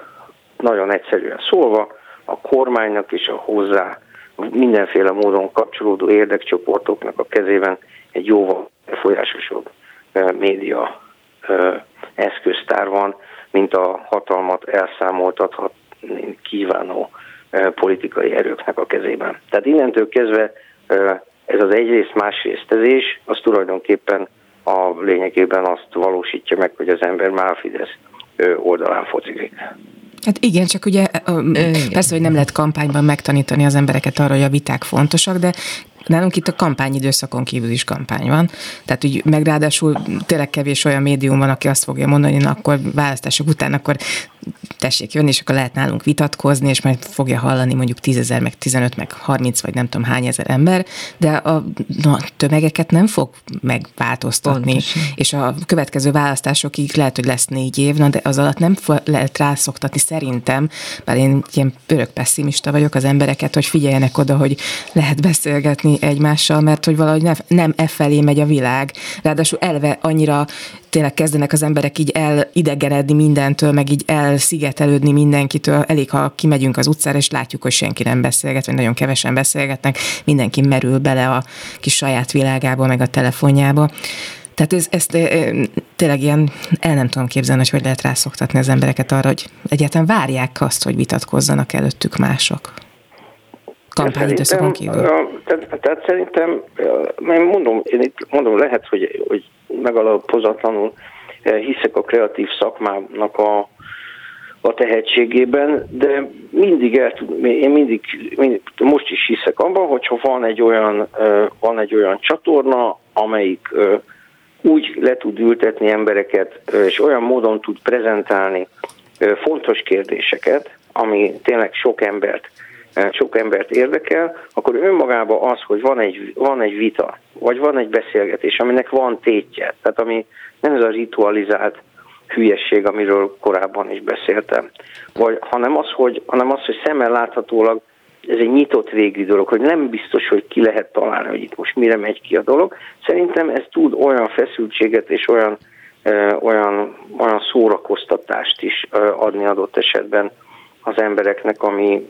nagyon egyszerűen szólva a kormánynak és a hozzá mindenféle módon kapcsolódó érdekcsoportoknak a kezében egy jóval befolyásosabb média eszköztár van, mint a hatalmat elszámoltathatni kívánó politikai erőknek a kezében. Tehát innentől kezdve ez az egyrészt másrésztezés, az tulajdonképpen a lényegében azt valósítja meg, hogy az ember már a Fidesz oldalán focizik. Hát igen, csak ugye persze, hogy nem lehet kampányban megtanítani az embereket arra, hogy a viták fontosak, de nálunk itt a kampányidőszakon kívül is kampány van. Tehát úgy, meg ráadásul tényleg kevés olyan médium van, aki azt fogja mondani, hogy na, akkor választások után akkor tessék jönni, és akkor lehet nálunk vitatkozni, és majd fogja hallani mondjuk tízezer, meg tizenöt, meg harminc, vagy nem tudom hány ezer ember, de a na, tömegeket nem fog megváltoztatni. Pontosan. És a következő választásokig lehet, hogy lesz négy év, na, de az alatt nem lehet rászoktatni szerintem, bár én ilyen örök pessimista vagyok az embereket, hogy figyeljenek oda, hogy lehet beszélgetni egymással, mert hogy valahogy nem, nem e felé megy a világ. Ráadásul elve annyira tényleg kezdenek az emberek így elidegenedni mindentől, meg így elszigetelődni mindenkitől. Elég, ha kimegyünk az utcára, és látjuk, hogy senki nem beszélget, vagy nagyon kevesen beszélgetnek, mindenki merül bele a kis saját világába, meg a telefonjába. Tehát ez, ezt tényleg ilyen, el nem tudom képzelni, hogy hogy lehet rászoktatni az embereket arra, hogy egyáltalán várják azt, hogy vitatkozzanak előttük mások. Kampányidőszakon kívül. Tehát, tehát szerintem, én mondom, én itt mondom, lehet, hogy, hogy megalapozatlanul hiszek a kreatív szakmának a, a tehetségében, de mindig el tud, én mindig, mindig, most is hiszek abban, hogyha van egy olyan, van egy olyan csatorna, amelyik úgy le tud ültetni embereket, és olyan módon tud prezentálni fontos kérdéseket, ami tényleg sok embert sok embert érdekel, akkor önmagában az, hogy van egy, van egy vita, vagy van egy beszélgetés, aminek van tétje, tehát ami nem ez a ritualizált hülyesség, amiről korábban is beszéltem, vagy, hanem, az, hogy, hanem az, hogy szemmel láthatólag ez egy nyitott végű dolog, hogy nem biztos, hogy ki lehet találni, hogy itt most mire megy ki a dolog. Szerintem ez tud olyan feszültséget és olyan, ö, olyan, olyan szórakoztatást is ö, adni adott esetben az embereknek, ami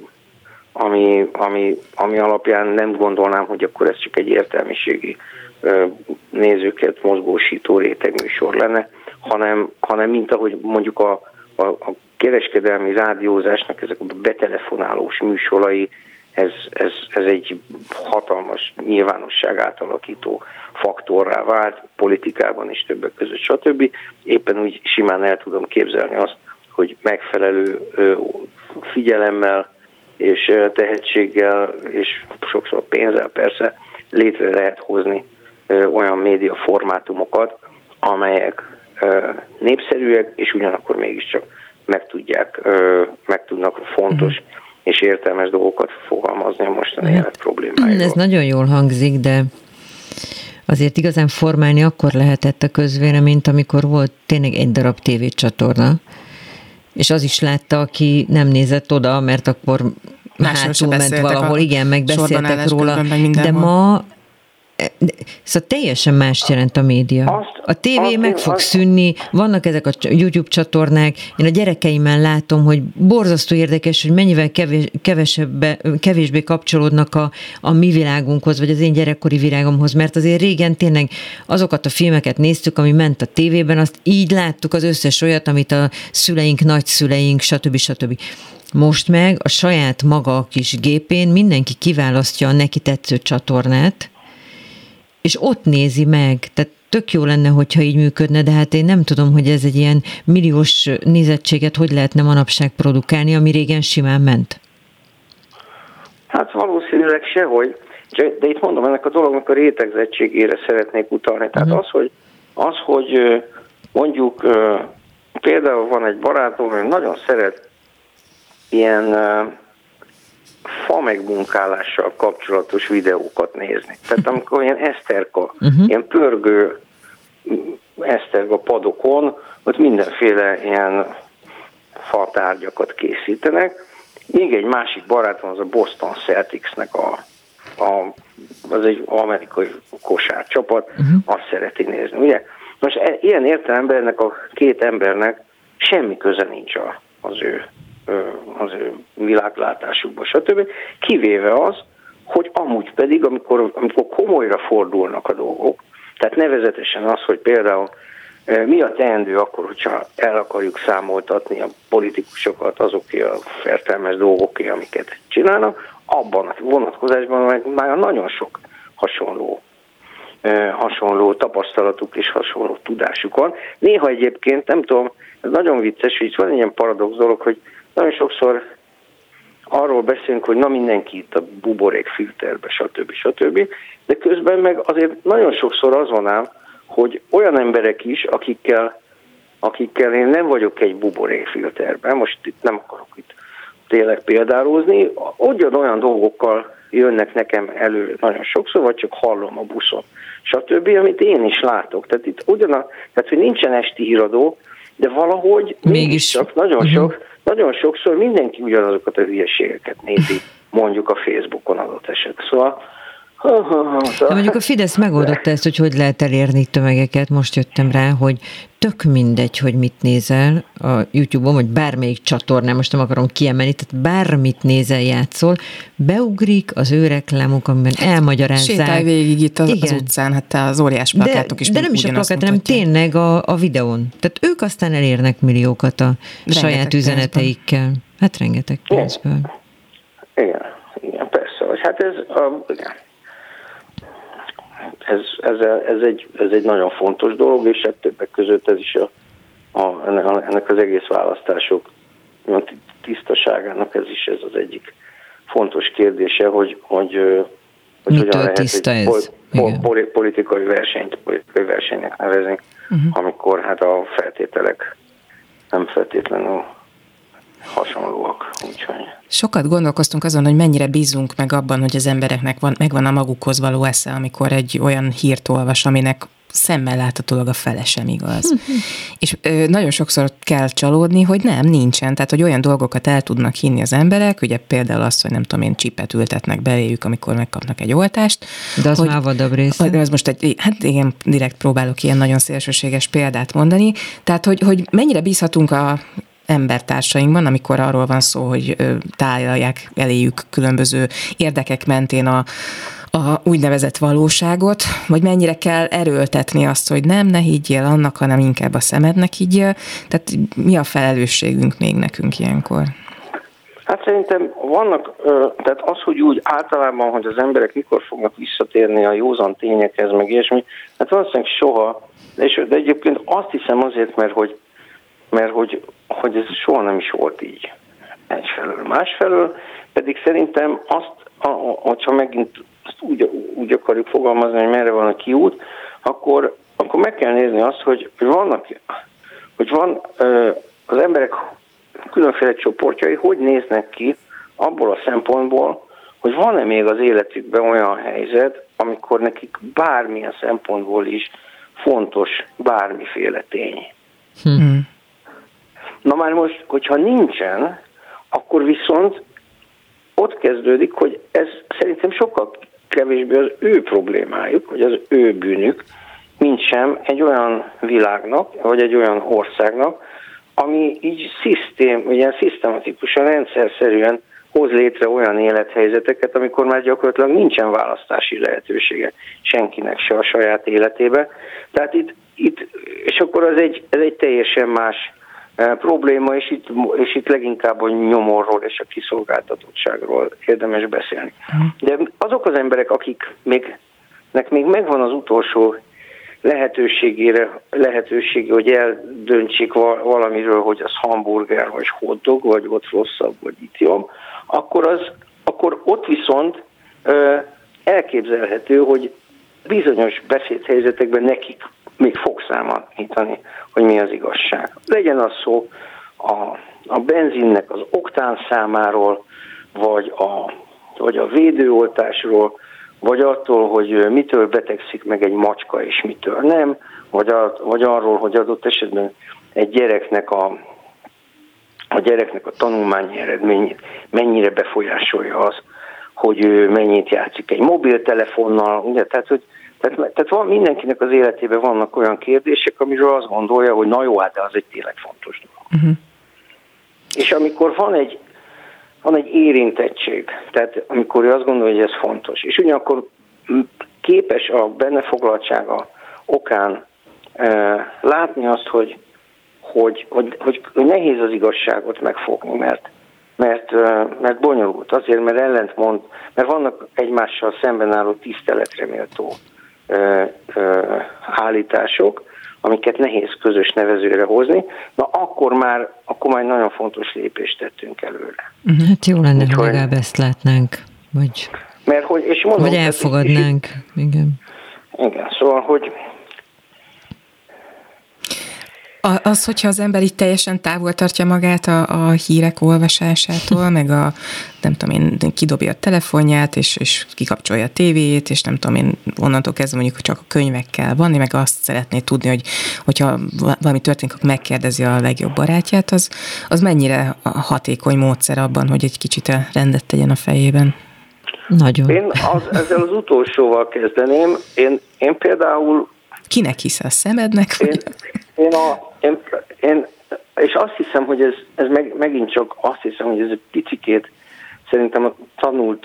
Ami, ami, ami alapján nem gondolnám, hogy akkor ez csak egy értelmiségi ö, nézőket mozgósító rétegműsor lenne, hanem, hanem mint ahogy mondjuk a, a, a kereskedelmi rádiózásnak ezek a betelefonálós műsorai, ez, ez, ez egy hatalmas nyilvánosság átalakító faktorrá vált, politikában is többek között, stb. Éppen úgy simán el tudom képzelni azt, hogy megfelelő ö, figyelemmel és tehetséggel, és sokszor pénzzel persze létre lehet hozni ö, olyan média formátumokat, amelyek ö, népszerűek, és ugyanakkor mégiscsak meg tudják, ö, meg tudnak fontos uh-huh. és értelmes dolgokat fogalmazni a mostani élet problémáiról. Ez nagyon jól hangzik, de azért igazán formálni akkor lehetett a közvéleményt, amikor volt tényleg egy darab tévécsatorna, és az is látta, aki nem nézett oda, mert akkor hátul ment valahol, igen, meg beszéltek róla, de ma szóval teljesen mást jelent a média. Azt, a tévé azt, meg fog azt, szűnni, vannak ezek a YouTube csatornák, én a gyerekeimen látom, hogy borzasztó érdekes, hogy mennyivel kevés, kevesebbe, kevésbé kapcsolódnak a, a mi világunkhoz, vagy az én gyerekkori világomhoz, mert azért régen tényleg azokat a filmeket néztük, ami ment a tévében, azt így láttuk az összes olyat, amit a szüleink, nagyszüleink, stb. stb. Most meg a saját maga kis gépén mindenki kiválasztja a neki tetsző csatornát, és ott nézi meg, tehát tök jó lenne, hogyha így működne, de hát én nem tudom, hogy ez egy ilyen milliós nézettséget hogy lehetne manapság produkálni, ami régen simán ment. Hát valószínűleg sehogy, de itt mondom, ennek a dolognak a rétegzettségére szeretnék utalni. Tehát uh-huh. az, hogy, az, hogy mondjuk például van egy barátom, hogy nagyon szeret ilyen fa megmunkálással kapcsolatos videókat nézni. Tehát amikor ilyen eszterka, uh-huh. ilyen pörgő eszterga padokon, ott mindenféle ilyen fatárgyakat készítenek. Még egy másik barátom, az a Boston Celticsnek a, a az egy amerikai kosárcsapat, uh-huh. azt szereti nézni, ugye? Most ilyen értelemben ennek a két embernek semmi köze nincs az ő az ő világlátásukba, stb. Kivéve az, hogy amúgy pedig, amikor, amikor komolyra fordulnak a dolgok, tehát nevezetesen az, hogy például mi a teendő akkor, hogyha el akarjuk számoltatni a politikusokat azoké a fertelmes dolgoké, amiket csinálnak, abban a vonatkozásban már nagyon sok hasonló hasonló tapasztalatuk és hasonló tudásuk van. Néha egyébként, nem tudom, ez nagyon vicces, hogy itt van egy ilyen paradox dolog, hogy nagyon sokszor arról beszélünk, hogy na mindenki itt a buborékfilterbe, stb. stb. De közben meg azért nagyon sokszor az van ám, hogy olyan emberek is, akikkel, akikkel én nem vagyok egy buborékfilterben, most itt nem akarok itt tényleg példározni, ugyan olyan dolgokkal jönnek nekem elő nagyon sokszor, vagy csak hallom a buszon, stb., amit én is látok. Tehát itt ugyan, tehát hogy nincsen esti híradó, de valahogy mégis csak nagyon uh-huh. sok, nagyon sokszor mindenki ugyanazokat a hülyeségeket nézi, mondjuk a Facebookon adott esetben. Szóval de mondjuk a Fidesz megoldotta ezt, hogy hogy lehet elérni tömegeket. Most jöttem rá, hogy tök mindegy, hogy mit nézel a YouTube-on, vagy bármelyik csatornán, most nem akarom kiemelni, tehát bármit nézel, játszol, beugrik az ő reklámok, amiben elmagyarázzák. Sétálj végig itt az, az utcán, hát az óriás plakátok is. De nem is a plakát, hanem tényleg a, a videón. Tehát ők aztán elérnek milliókat a rengeteg saját üzeneteikkel. Pénzben. Hát rengeteg pénzből. Igen, igen, persze. Hát ez a, igen. Ez, ez, ez, egy, ez egy nagyon fontos dolog, és hát többek között ez is a, a, ennek az egész választások tisztaságának ez is ez az egyik fontos kérdése, hogy, hogy, hogy hogyan lehet egy pol, pol, pol, politikai versenyt politikai versenynek nevezni, uh-huh. amikor hát a feltételek nem feltétlenül hasonlóak. Úgyhogy. Sokat gondolkoztunk azon, hogy mennyire bízunk meg abban, hogy az embereknek van, megvan a magukhoz való esze, amikor egy olyan hírt olvas, aminek szemmel láthatólag a fele sem igaz. És ö, nagyon sokszor kell csalódni, hogy nem, nincsen. Tehát, hogy olyan dolgokat el tudnak hinni az emberek, ugye például azt, hogy nem tudom én, csipet ültetnek beléjük, amikor megkapnak egy oltást. De az hogy, már vadabb része. Az most egy, hát igen, direkt próbálok ilyen nagyon szélsőséges példát mondani. Tehát, hogy, hogy mennyire bízhatunk a embertársainkban, amikor arról van szó, hogy tálalják eléjük különböző érdekek mentén a, a úgynevezett valóságot, vagy mennyire kell erőltetni azt, hogy nem, ne higgyél annak, hanem inkább a szemednek higgyél. Tehát mi a felelősségünk még nekünk ilyenkor? Hát szerintem vannak, tehát az, hogy úgy általában, hogy az emberek mikor fognak visszatérni a józan tényekhez, meg ilyesmi, hát valószínűleg soha, de, de egyébként azt hiszem azért, mert hogy mert hogy, hogy ez soha nem is volt így egyfelől. Másfelől pedig szerintem azt, hogyha megint azt úgy, úgy akarjuk fogalmazni, hogy merre van a kiút, akkor, akkor meg kell nézni azt, hogy, hogy vannak, hogy van az emberek különféle csoportjai, hogy néznek ki abból a szempontból, hogy van-e még az életükben olyan helyzet, amikor nekik bármilyen szempontból is fontos bármiféle tény. Hmm. Na már most, hogyha nincsen, akkor viszont ott kezdődik, hogy ez szerintem sokkal kevésbé az ő problémájuk, vagy az ő bűnük, mint sem egy olyan világnak, vagy egy olyan országnak, ami így szisztém, ugye szisztematikusan, rendszerszerűen hoz létre olyan élethelyzeteket, amikor már gyakorlatilag nincsen választási lehetősége senkinek se a saját életébe. Tehát itt, itt és akkor az egy, ez egy teljesen más probléma, és itt, és itt leginkább a nyomorról és a kiszolgáltatottságról érdemes beszélni. De azok az emberek, akiknek még megvan az utolsó lehetőségére, lehetősége, hogy eldöntsék valamiről, hogy az hamburger, vagy hotdog, vagy ott rosszabb, vagy itt jobb, akkor, az, akkor ott viszont ö, elképzelhető, hogy bizonyos beszédhelyzetekben nekik még fog számítani, hogy mi az igazság. Legyen az szó a, a benzinnek az oktán számáról, vagy a, vagy a védőoltásról, vagy attól, hogy mitől betegszik meg egy macska, és mitől nem, vagy, a, vagy arról, hogy adott esetben egy gyereknek a, a gyereknek a tanulmányi eredményét mennyire befolyásolja az, hogy ő mennyit játszik egy mobiltelefonnal, ugye, tehát, hogy Tehát, tehát van, mindenkinek az életében vannak olyan kérdések, amiről azt gondolja, hogy na jó, hát de az egy tényleg fontos dolog. Uh-huh. És amikor van egy, van egy érintettség, tehát amikor ő azt gondolja, hogy ez fontos, és ugyanakkor képes a bennefoglaltsága okán e, látni azt, hogy, hogy, hogy, hogy, hogy nehéz az igazságot megfogni, mert, mert, mert bonyolult, azért, mert ellentmond, mert vannak egymással szemben álló tiszteletre méltó ö, ö, állítások, amiket nehéz közös nevezőre hozni, na akkor már, akkor már egy nagyon fontos lépést tettünk előre. Hát jó lenne, hogy legalább ezt látnánk, vagy, mert, hogy, és mondom, vagy elfogadnánk. És, igen. Igen, szóval, hogy az, hogyha az ember így teljesen távol tartja magát a, a hírek olvasásától, meg a, nem tudom én, kidobja a telefonját, és, és kikapcsolja a tévéjét, és nem tudom én, onnantól kezdve mondjuk csak a könyvekkel vanni, meg azt szeretné tudni, hogy hogyha valami történik, akkor megkérdezi a legjobb barátját, az, az mennyire hatékony módszer abban, hogy egy kicsit rendet tegyen a fejében? Nagyon. Én az, ezzel az utolsóval kezdeném. Én, én például... Kinek hisz a szemednek? Én, én, a, én, én, és azt hiszem, hogy ez, ez meg, megint csak azt hiszem, hogy ez egy picikét szerintem a, tanult,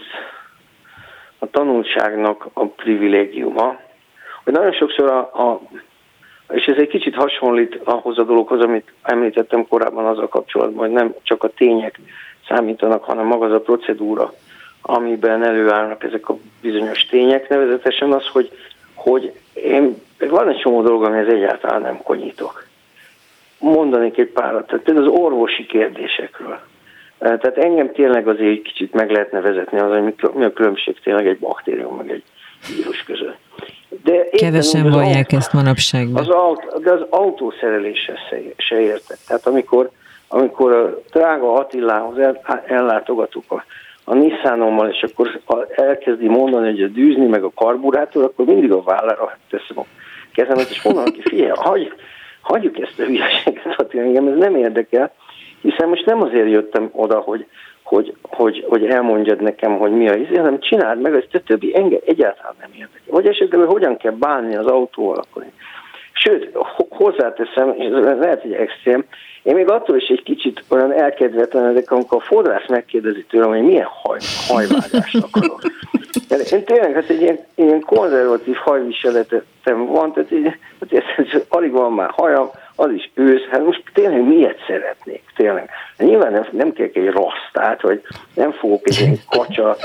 a tanultságnak a privilégiuma, hogy nagyon sokszor a, a és ez egy kicsit hasonlít ahhoz a dologhoz, amit említettem korábban azzal kapcsolatban, hogy nem csak a tények számítanak, hanem maga az a procedúra, amiben előállnak ezek a bizonyos tények, nevezetesen az, hogy, hogy én, van egy csomó dolog, amihez egyáltalán nem konyítok. Mondanék egy párat, tehát például az orvosi kérdésekről. Tehát engem tényleg azért egy kicsit meg lehetne vezetni az, hogy mi a különbség tényleg egy baktérium meg egy vírus között. De kevesen vallják ezt manapság. Az autó, de az autószereléshez se, se értek. Tehát amikor, amikor a drága Attilához el, ellátogatok a, a Nissanommal, és akkor elkezdi mondani, hogy a dűzni meg a karburátor, akkor mindig a vállára teszem a kezemet, és mondanak, hogy figyelj, hagy, hagyjuk ezt a hülyeséget, Attila, engem ez nem érdekel, hiszen most nem azért jöttem oda, hogy, hogy, hogy, hogy elmondjad nekem, hogy mi a izé, hanem csináld meg, ezt a többi engem egyáltalán nem érdekel. Vagy esetleg, hogy hogyan kell bánni az autóval, akkor. Sőt, hozzáteszem, és ez lehet, hogy extrém, én még attól is egy kicsit olyan elkedvetlenedek, amikor a fodrász megkérdezi tőlem, hogy milyen haj, hajvágást akarok. Én tényleg, hát egy ilyen, ilyen konzervatív hajviseletem van, tehát így, hát alig van már hajam, az is ősz, hát most tényleg miért szeretnék, tényleg. Nyilván nem, nem kell egy rasztát, vagy nem fogok egy ilyen kacsa,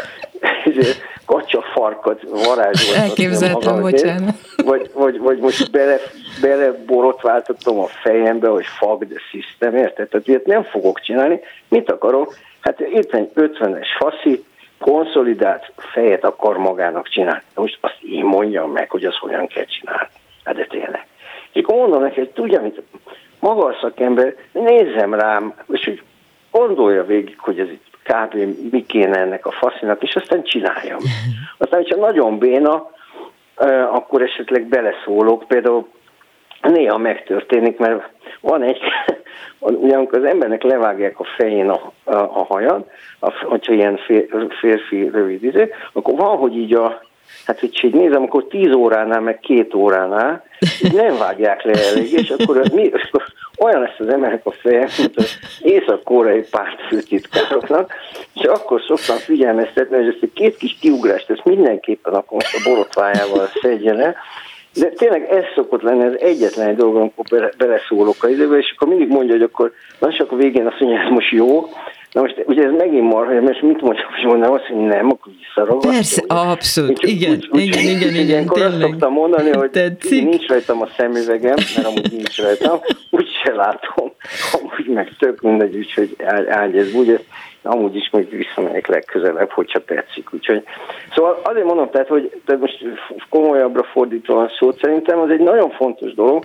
kacsa farkat varázsolni. Elképzeltem, bocsánat. Vagy, vagy, vagy most bele, bele borotváltatom a fejembe, hogy fuck the system, érted? Tehát ilyet nem fogok csinálni. Mit akarok? Hát itt egy ötvenes faszi, konszolidált fejet akar magának csinálni. Most azt én mondjam meg, hogy azt hogyan kell csinálni. Hát de tényleg. És akkor mondom neki, hogy tudja, mint maga a szakember, nézzem rám, és úgy gondolja végig, hogy ez itt kb. Mi kéne ennek a faszinak, és aztán csináljam. Aztán, hogyha nagyon béna, akkor esetleg beleszólok. Például néha megtörténik, mert van egy, ugyanakkor az embernek levágják a fején a, a, a hajad, a, hogyha ilyen fér, férfi rövid idő, akkor valahogy így a, hát hogy így nézem, akkor tíz óránál, meg két óránál nem vágják le elég, és akkor, mi, akkor olyan lesz az embernek a feje, mint az észak-koreai pártfőtitkároknak, és akkor szoktam figyelmeztetni, hogy ezt a két kis kiugrást, ezt mindenképpen akkor most a borotvájával szedjen el. De tényleg ez szokott lenni, ez egyetlen egy dolog, amikor bele, beleszólok az időbe, és akkor mindig mondja, hogy akkor, na és akkor végén azt mondja, ez most jó. Na most ugye ez megint marha, mert mit mondjam, hogy mondanám azt, hogy nem, akkor visszaragasztom. Persze, ugye? Abszolút, igen, úgy, úgy, igen, igen, igen, ilyenkor azt szoktam mondani, hogy tetszik. Nincs rajtam a szemüvegem, mert amúgy nincs rajtam, úgyse látom, amúgy meg tök mindegy, úgyhogy ágy ez úgy, amúgy is még visszamegyek legközelebb, hogyha tetszik. Úgyhogy, szóval azért mondom, tehát, hogy de most komolyabbra fordítva a szót, szerintem az egy nagyon fontos dolog.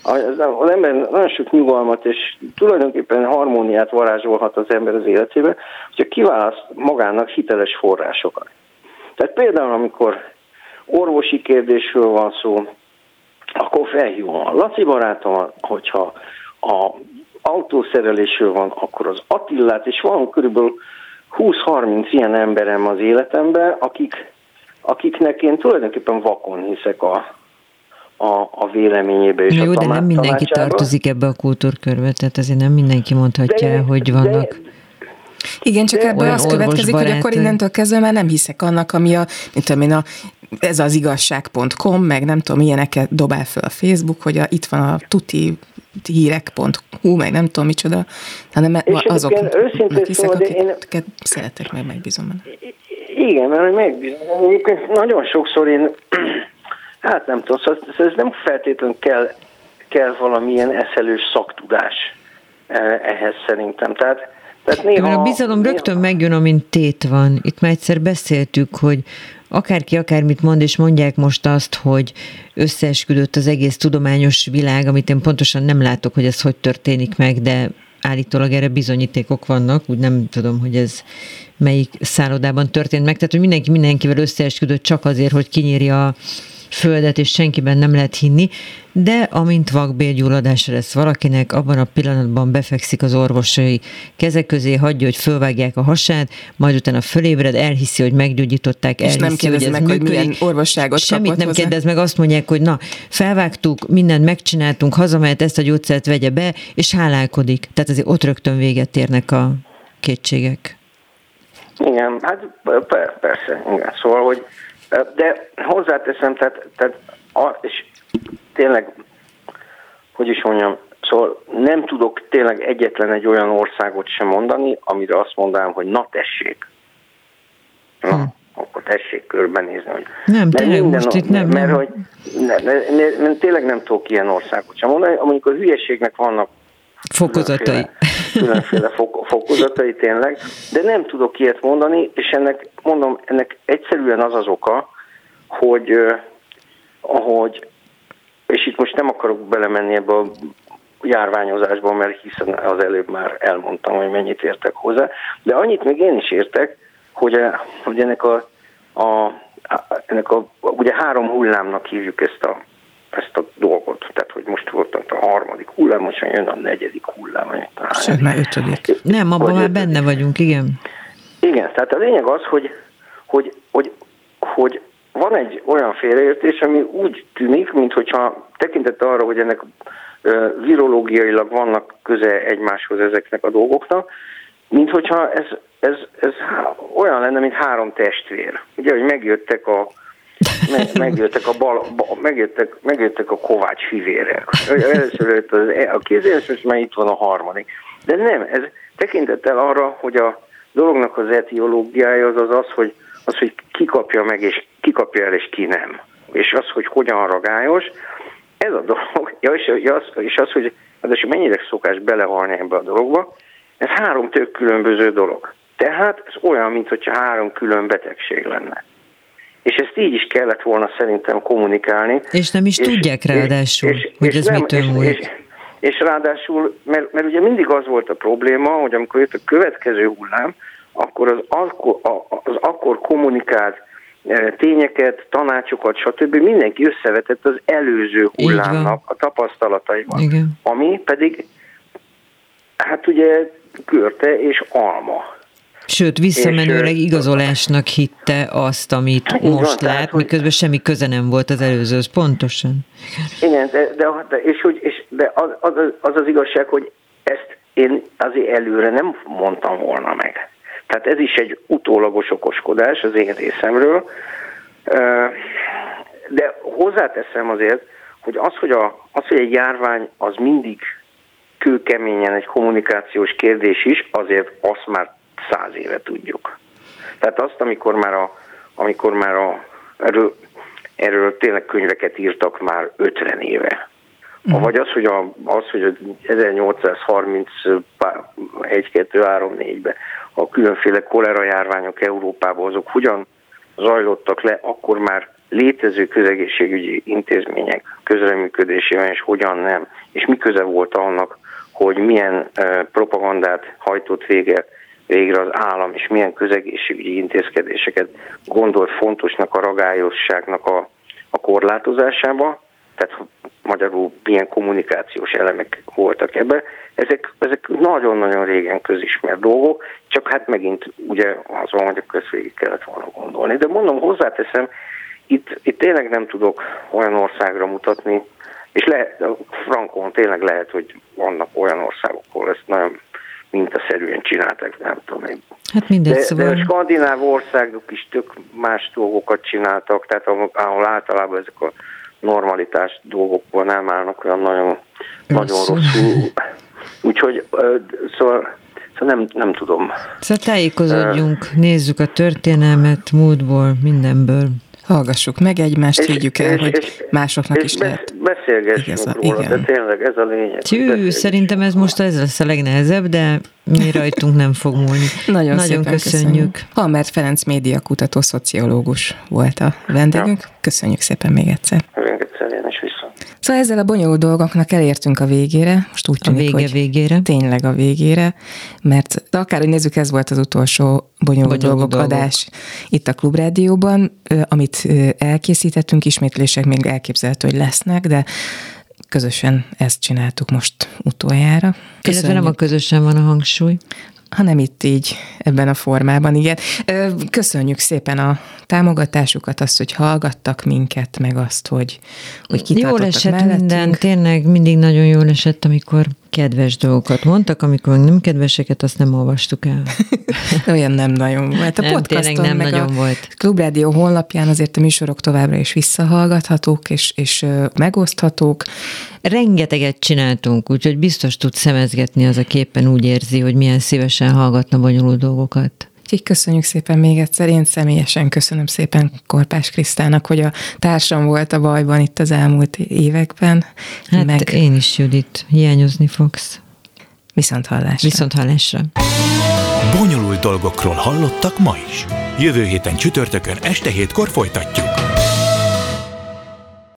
Az ember nagyon sok nyugalmat és tulajdonképpen harmóniát varázsolhat az ember az életében, hogyha kiválaszt magának hiteles forrásokat. Tehát például, amikor orvosi kérdésről van szó, akkor felhívom a Laci barátomat, hogyha a autószerelésről van, akkor az Attillát, és van körülbelül húsz-harminc ilyen emberem az életemben, akik, akiknek én tulajdonképpen vakon hiszek a, a, a véleményébe és jó, a de nem mindenki tartozik ebbe a kultúrkörbe, tehát azért nem mindenki mondhatja el, hogy vannak... De, igen, csak ebből az következik, hogy akkor innentől kezdve már nem hiszek annak, ami a, mint tudom én, a, ez az igazság pont com, meg nem tudom, ilyeneket dobál fel a Facebook, hogy a, itt van a tuti hírek pont hu, meg nem tudom micsoda, hanem azoknak hiszek, akiket én... szeretek, meg megbízom. Igen, mert megbízom. Egyébként nagyon sokszor én Hát nem tudom, szóval ez nem feltétlenül kell, kell valamilyen eszelős szaktudás ehhez szerintem. Tehát, tehát néha, a bizalom néha... rögtön megjön, amint tét van. Itt már egyszer beszéltük, hogy akárki akármit mond, és mondják most azt, hogy összeesküdött az egész tudományos világ, amit én pontosan nem látok, hogy ez hogy történik meg, de állítólag erre bizonyítékok vannak, úgy nem tudom, hogy ez melyik szállodában történt meg, tehát hogy mindenki mindenkivel összeesküdött csak azért, hogy kinyírja a földet, és senkiben nem lehet hinni, de amint vakbélgyulladása lesz valakinek, abban a pillanatban befekszik az orvosai kezek közé, hagyja, hogy fölvágják a hasát, majd utána fölébred, elhiszi, hogy meggyógyították, elhiszi, és nem hogy ez meg, működik. Hogy milyen orvosságot Semmit nem hozzá. kérdez meg, azt mondják, hogy na, felvágtuk, mindent megcsináltunk, hazamehet, ezt a gyógyszert vegye be, és hálálkodik. Tehát azért ott rögtön véget érnek a kétségek. Igen, hát persze, igen. Szóval, hogy de hozzáteszem, tehát, tehát a, és tényleg, hogy is mondjam, szóval nem tudok tényleg egyetlen egy olyan országot sem mondani, amire azt mondanám, hogy na tessék. Na, hm. akkor tessék körbenézni. Hogy nem, tényleg minden, most itt nem. Mert, nem. hogy ne, ne, ne, ne, tényleg nem tudok ilyen országot sem mondani, amikor a hülyeségnek vannak fokozatai. Különféle, különféle fok, fokozatai tényleg, de nem tudok ilyet mondani, és ennek, mondom, ennek egyszerűen az az oka, hogy, hogy és itt most nem akarok belemenni ebbe a járványozásba, mert hiszen az előbb már elmondtam, hogy mennyit értek hozzá, de annyit még én is értek, hogy, hogy ennek a, a, ennek a ugye három hullámnak hívjuk ezt a ezt a dolgot. Tehát, hogy most volt a harmadik hullám, most jön a negyedik hullám. Sőt, már ötödik. Nem, abban már benne vagyunk, igen. Igen, tehát a lényeg az, hogy, hogy, hogy, hogy van egy olyan félreértés, ami úgy tűnik, minthogyha tekintettel arra, hogy ennek virológiailag vannak köze egymáshoz ezeknek a dolgoknak, minthogyha ez, ez, ez olyan lenne, mint három testvér. Ugye, hogy megjöttek a Meg, megjöttek, a bal, megjöttek, megjöttek a Kovács fivérek. Először jött az, a kézéles, most már itt van a harmadik. De nem, ez tekintettel arra, hogy a dolognak az etiológiája az az, az hogy, az, hogy ki kapja meg, és ki kapja el, és ki nem. És az, hogy hogyan ragályos, ez a dolog, ja, és, az, és az, hogy az, mennyire szokás belehalni ebbe a dologba, ez három tök különböző dolog. Tehát ez olyan, mintha három külön betegség lenne. És ezt így is kellett volna szerintem kommunikálni. És nem is és, tudják ráadásul, és, hogy és ez nem, mitől múlt. És, és, és ráadásul, mert, mert ugye mindig az volt a probléma, hogy amikor jött a következő hullám, akkor az akkor, az akkor kommunikált tényeket, tanácsokat, stb. Mindenki összevetett az előző hullámnak a tapasztalataival. Igen. Ami pedig, hát ugye körte és alma. Sőt, visszamenőleg igazolásnak hitte azt, amit hát, most van, lát, tehát, miközben semmi köze nem volt az előzőhöz, pontosan. Igen, de, de, de, és, és, de az, az, az az igazság, hogy ezt én azért előre nem mondtam volna meg. Tehát ez is egy utólagos okoskodás az én részemről, de hozzáteszem azért, hogy az, hogy, a, az, hogy egy járvány az mindig kőkeményen egy kommunikációs kérdés is, azért azt már száz éve tudjuk. Tehát azt, amikor már, a, amikor már a, erről, erről tényleg könyveket írtak már ötven éve. Mm. Vagy az, hogy, a, az, hogy ezernyolcszázharmincegy, kettő, három, négyben a különféle kolera járványok Európában azok hogyan zajlottak le, akkor már létező közegészségügyi intézmények közreműködésében, és hogyan nem. És mi köze volt annak, hogy milyen uh, propagandát hajtott vége végre az állam, és milyen közegészségügyi intézkedéseket gondolt fontosnak a ragályosságnak a, a korlátozásába, tehát magyarul milyen kommunikációs elemek voltak ebbe. Ezek, ezek nagyon-nagyon régen közismert dolgok, csak hát megint ugye az van, hogy akkor ezt végig kellett volna gondolni. De mondom, hozzáteszem, itt, itt tényleg nem tudok olyan országra mutatni, és lehet, frankon tényleg lehet, hogy vannak olyan országok, ahol ezt nagyon mintaszerűen csinálták, nem tudom én. Hát mindegy, de, szóval... de a skandináv országok is tök más dolgokat csináltak, tehát ahol általában ezek a normalitás dolgokból nem állnak olyan nagyon, nagyon rosszul. Úgyhogy szóval, szóval nem, nem tudom. Szóval tájékozódjunk, nézzük a történelmet, múltból, mindenből. hallgassuk meg egymást, higgyük el, és, hogy és, másoknak és is besz, lehet. Beszélgessünk Igaz, róla, igen. de tényleg ez a lényeg. Tű, szerintem ez most ez lesz a legnehezebb, de mi rajtunk nem fog múlni. Nagyon, Nagyon szépen köszönjük. köszönjük. Halmert Ferenc médiakutató szociológus volt a vendégünk. Ja. Köszönjük szépen még egyszer. Még egyszer én is viszont. Szóval ezzel a bonyolult dolgoknak elértünk a végére. Most úgy tűnik, a vége hogy végére. Tényleg a végére, mert akárhogy nézzük, ez volt az utolsó bonyolult, bonyolult dolgok, dolgok adás itt a Klubrádióban, amit elkészítettünk, ismétlések még elképzelhető, hogy lesznek, de közösen ezt csináltuk most utoljára. Illetve nem a közösen van a hangsúly. hanem itt így, ebben a formában, igen. Köszönjük szépen a támogatásukat, azt, hogy hallgattak minket, meg azt, hogy, hogy kitartottak jól esett mellettünk. minden, tényleg mindig nagyon jól esett, amikor kedves dolgokat mondtak, amikor nem kedveseket, azt nem olvastuk el. Olyan nem nagyon volt. A nem, podcaston, nem meg nagyon a volt. Klubrádió honlapján azért a műsorok továbbra is visszahallgathatók, és, és megoszthatók. Rengeteget csináltunk, úgyhogy biztos tud szemezgetni az, aki éppen úgy érzi, hogy milyen szívesen hallgatna bonyolult dolgokat. Úgyhogy köszönjük szépen még egyszer. Én személyesen köszönöm szépen Korpás Krisztának, hogy a társam volt a bajban itt az elmúlt években. Hát meg... én is, Judit, hiányozni fogsz. Viszont hallásra. Viszont hallásra. Bonyolult dolgokról hallottak ma is. Jövő héten csütörtökön este hétkor folytatjuk.